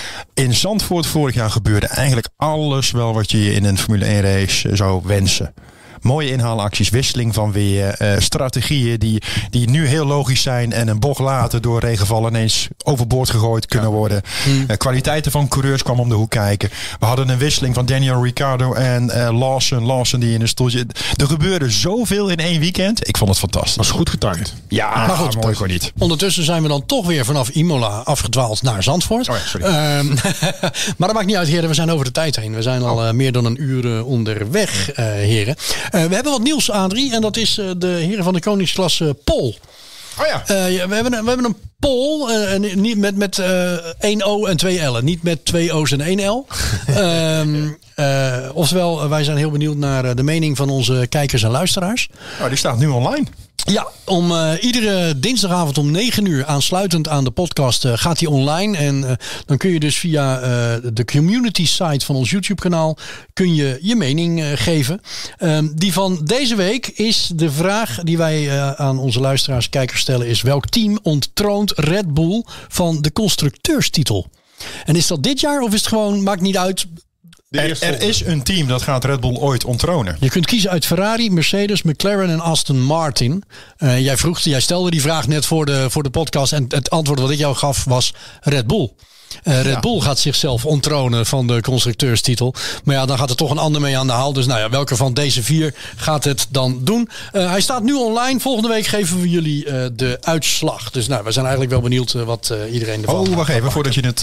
In Zandvoort vorig jaar gebeurde eigenlijk alles wel wat je in een Formule één race zou wensen. Mooie inhaalacties, wisseling van weer, uh, strategieën die, die nu heel logisch zijn en een bocht later door regenval ineens overboord gegooid kunnen ja. worden. Hmm. Uh, kwaliteiten van coureurs kwam om de hoek kijken. We hadden een wisseling van Daniel Ricciardo en uh, Lawson. Lawson die in een stoeltje. Er gebeurde zoveel in één weekend. Ik vond het fantastisch. was goed getimed. Ja, maar goed, mooi gewoon niet. Ondertussen zijn we dan toch weer vanaf Imola afgedwaald naar Zandvoort. Oh ja, sorry. Um, maar dat maakt niet uit, heren. We zijn over de tijd heen. We zijn al uh, meer dan een uur uh, onderweg, uh, heren. Uh, we hebben wat nieuws, Adrie. En dat is uh, de heren van de koningsklasse Pol. Oh ja. Uh, ja we, hebben een, we hebben een Pol. Uh, niet met, met uh, één O en twee L'en. Niet met twee O's en één L. um, uh, oftewel, wij zijn heel benieuwd naar de mening van onze kijkers en luisteraars. Oh, die staat nu online. Ja, om uh, iedere dinsdagavond om negen uur aansluitend aan de podcast uh, gaat die online. En uh, dan kun je dus via uh, de community site van ons YouTube kanaal kun je je mening uh, geven. Um, die van deze week is de vraag die wij uh, aan onze luisteraars kijkers stellen is: welk team onttroont Red Bull van de constructeurstitel? En is dat dit jaar of is het gewoon, maakt niet uit... Er, er is een team dat gaat Red Bull ooit onttronen. Je kunt kiezen uit Ferrari, Mercedes, McLaren en Aston Martin. Uh, jij vroeg, jij stelde die vraag net voor de, voor de podcast. En het antwoord wat ik jou gaf was Red Bull. Uh, Red ja. Bull gaat zichzelf onttronen van de constructeurstitel. Maar ja, dan gaat er toch een ander mee aan de haal. Dus nou ja, welke van deze vier gaat het dan doen? Uh, hij staat nu online. Volgende week geven we jullie uh, de uitslag. Dus nou, we zijn eigenlijk wel benieuwd uh, wat uh, iedereen ervan... Oh, wacht even, voordat je het...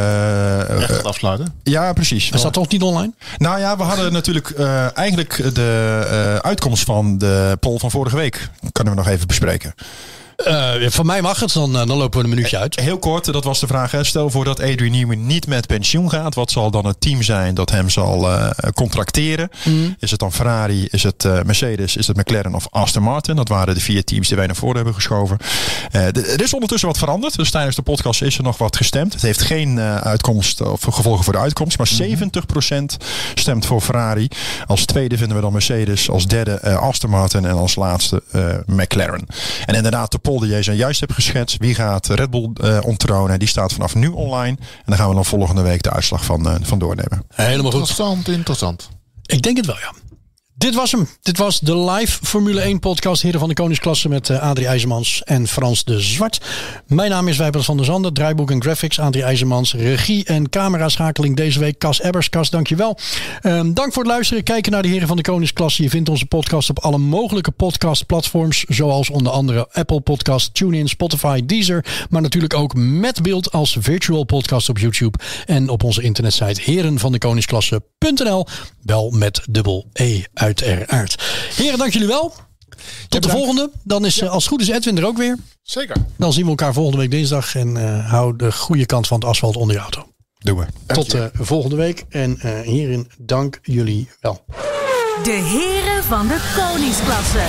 Uh, Echt afsluiten? Ja, precies. Hij staat toch niet online? Nou ja, we hadden natuurlijk uh, eigenlijk de uh, uitkomst van de poll van vorige week. Kunnen we nog even bespreken. Uh, van mij mag het, dan, dan lopen we een minuutje uit. Heel kort, dat was de vraag. Hè. Stel voor dat Adrian Newey niet met pensioen gaat. Wat zal dan het team zijn dat hem zal uh, contracteren? Mm. Is het dan Ferrari, is het uh, Mercedes, is het McLaren of Aston Martin? Dat waren de vier teams die wij naar voren hebben geschoven. Uh, de, er is ondertussen wat veranderd. Dus tijdens de podcast is er nog wat gestemd. Het heeft geen uh, uitkomst of gevolgen voor de uitkomst. Maar zeventig procent stemt voor Ferrari. Als tweede vinden we dan Mercedes. Als derde uh, Aston Martin. En als laatste uh, McLaren. En inderdaad, de poll die jij zojuist hebt geschetst. Wie gaat Red Bull uh, onttronen? Die staat vanaf nu online. En daar gaan we dan volgende week de uitslag van, uh, van doornemen. Helemaal goed. Interessant, interessant. Ik denk het wel, ja. Dit was hem. Dit was de live Formule één podcast Heren van de Koningsklasse met uh, Adrie IJzermans en Frans de Zwart. Mijn naam is Wijpels van der Zanden, draaiboek en graphics Adrie IJzermans, regie en cameraschakeling deze week Cas Ebbers. Cas, dankjewel. Um, dank voor het luisteren. Kijken naar de Heren van de Koningsklasse. Je vindt onze podcast op alle mogelijke podcastplatforms, zoals onder andere Apple Podcast, TuneIn, Spotify, Deezer, maar natuurlijk ook met beeld als virtual podcast op YouTube en op onze internetsite herenvandekoningsklasse punt n l. Wel met dubbel E uiteraard. Heren, dank jullie wel. Tot de volgende. Dan is ja. als het goed is Edwin er ook weer. Zeker. Dan zien we elkaar volgende week dinsdag. En uh, hou de goede kant van het asfalt onder je auto. Doen we. Tot uh, volgende week. En uh, hierin dank jullie wel. De Heren van de Koningsklasse.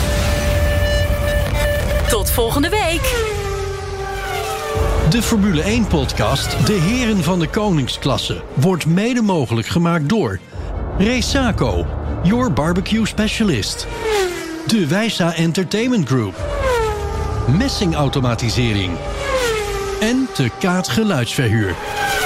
Tot volgende week. De Formule één podcast De Heren van de Koningsklasse wordt mede mogelijk gemaakt door Resaco, your barbecue specialist. De Wijsa Entertainment Group. Messingautomatisering. En de Kaat Geluidsverhuur.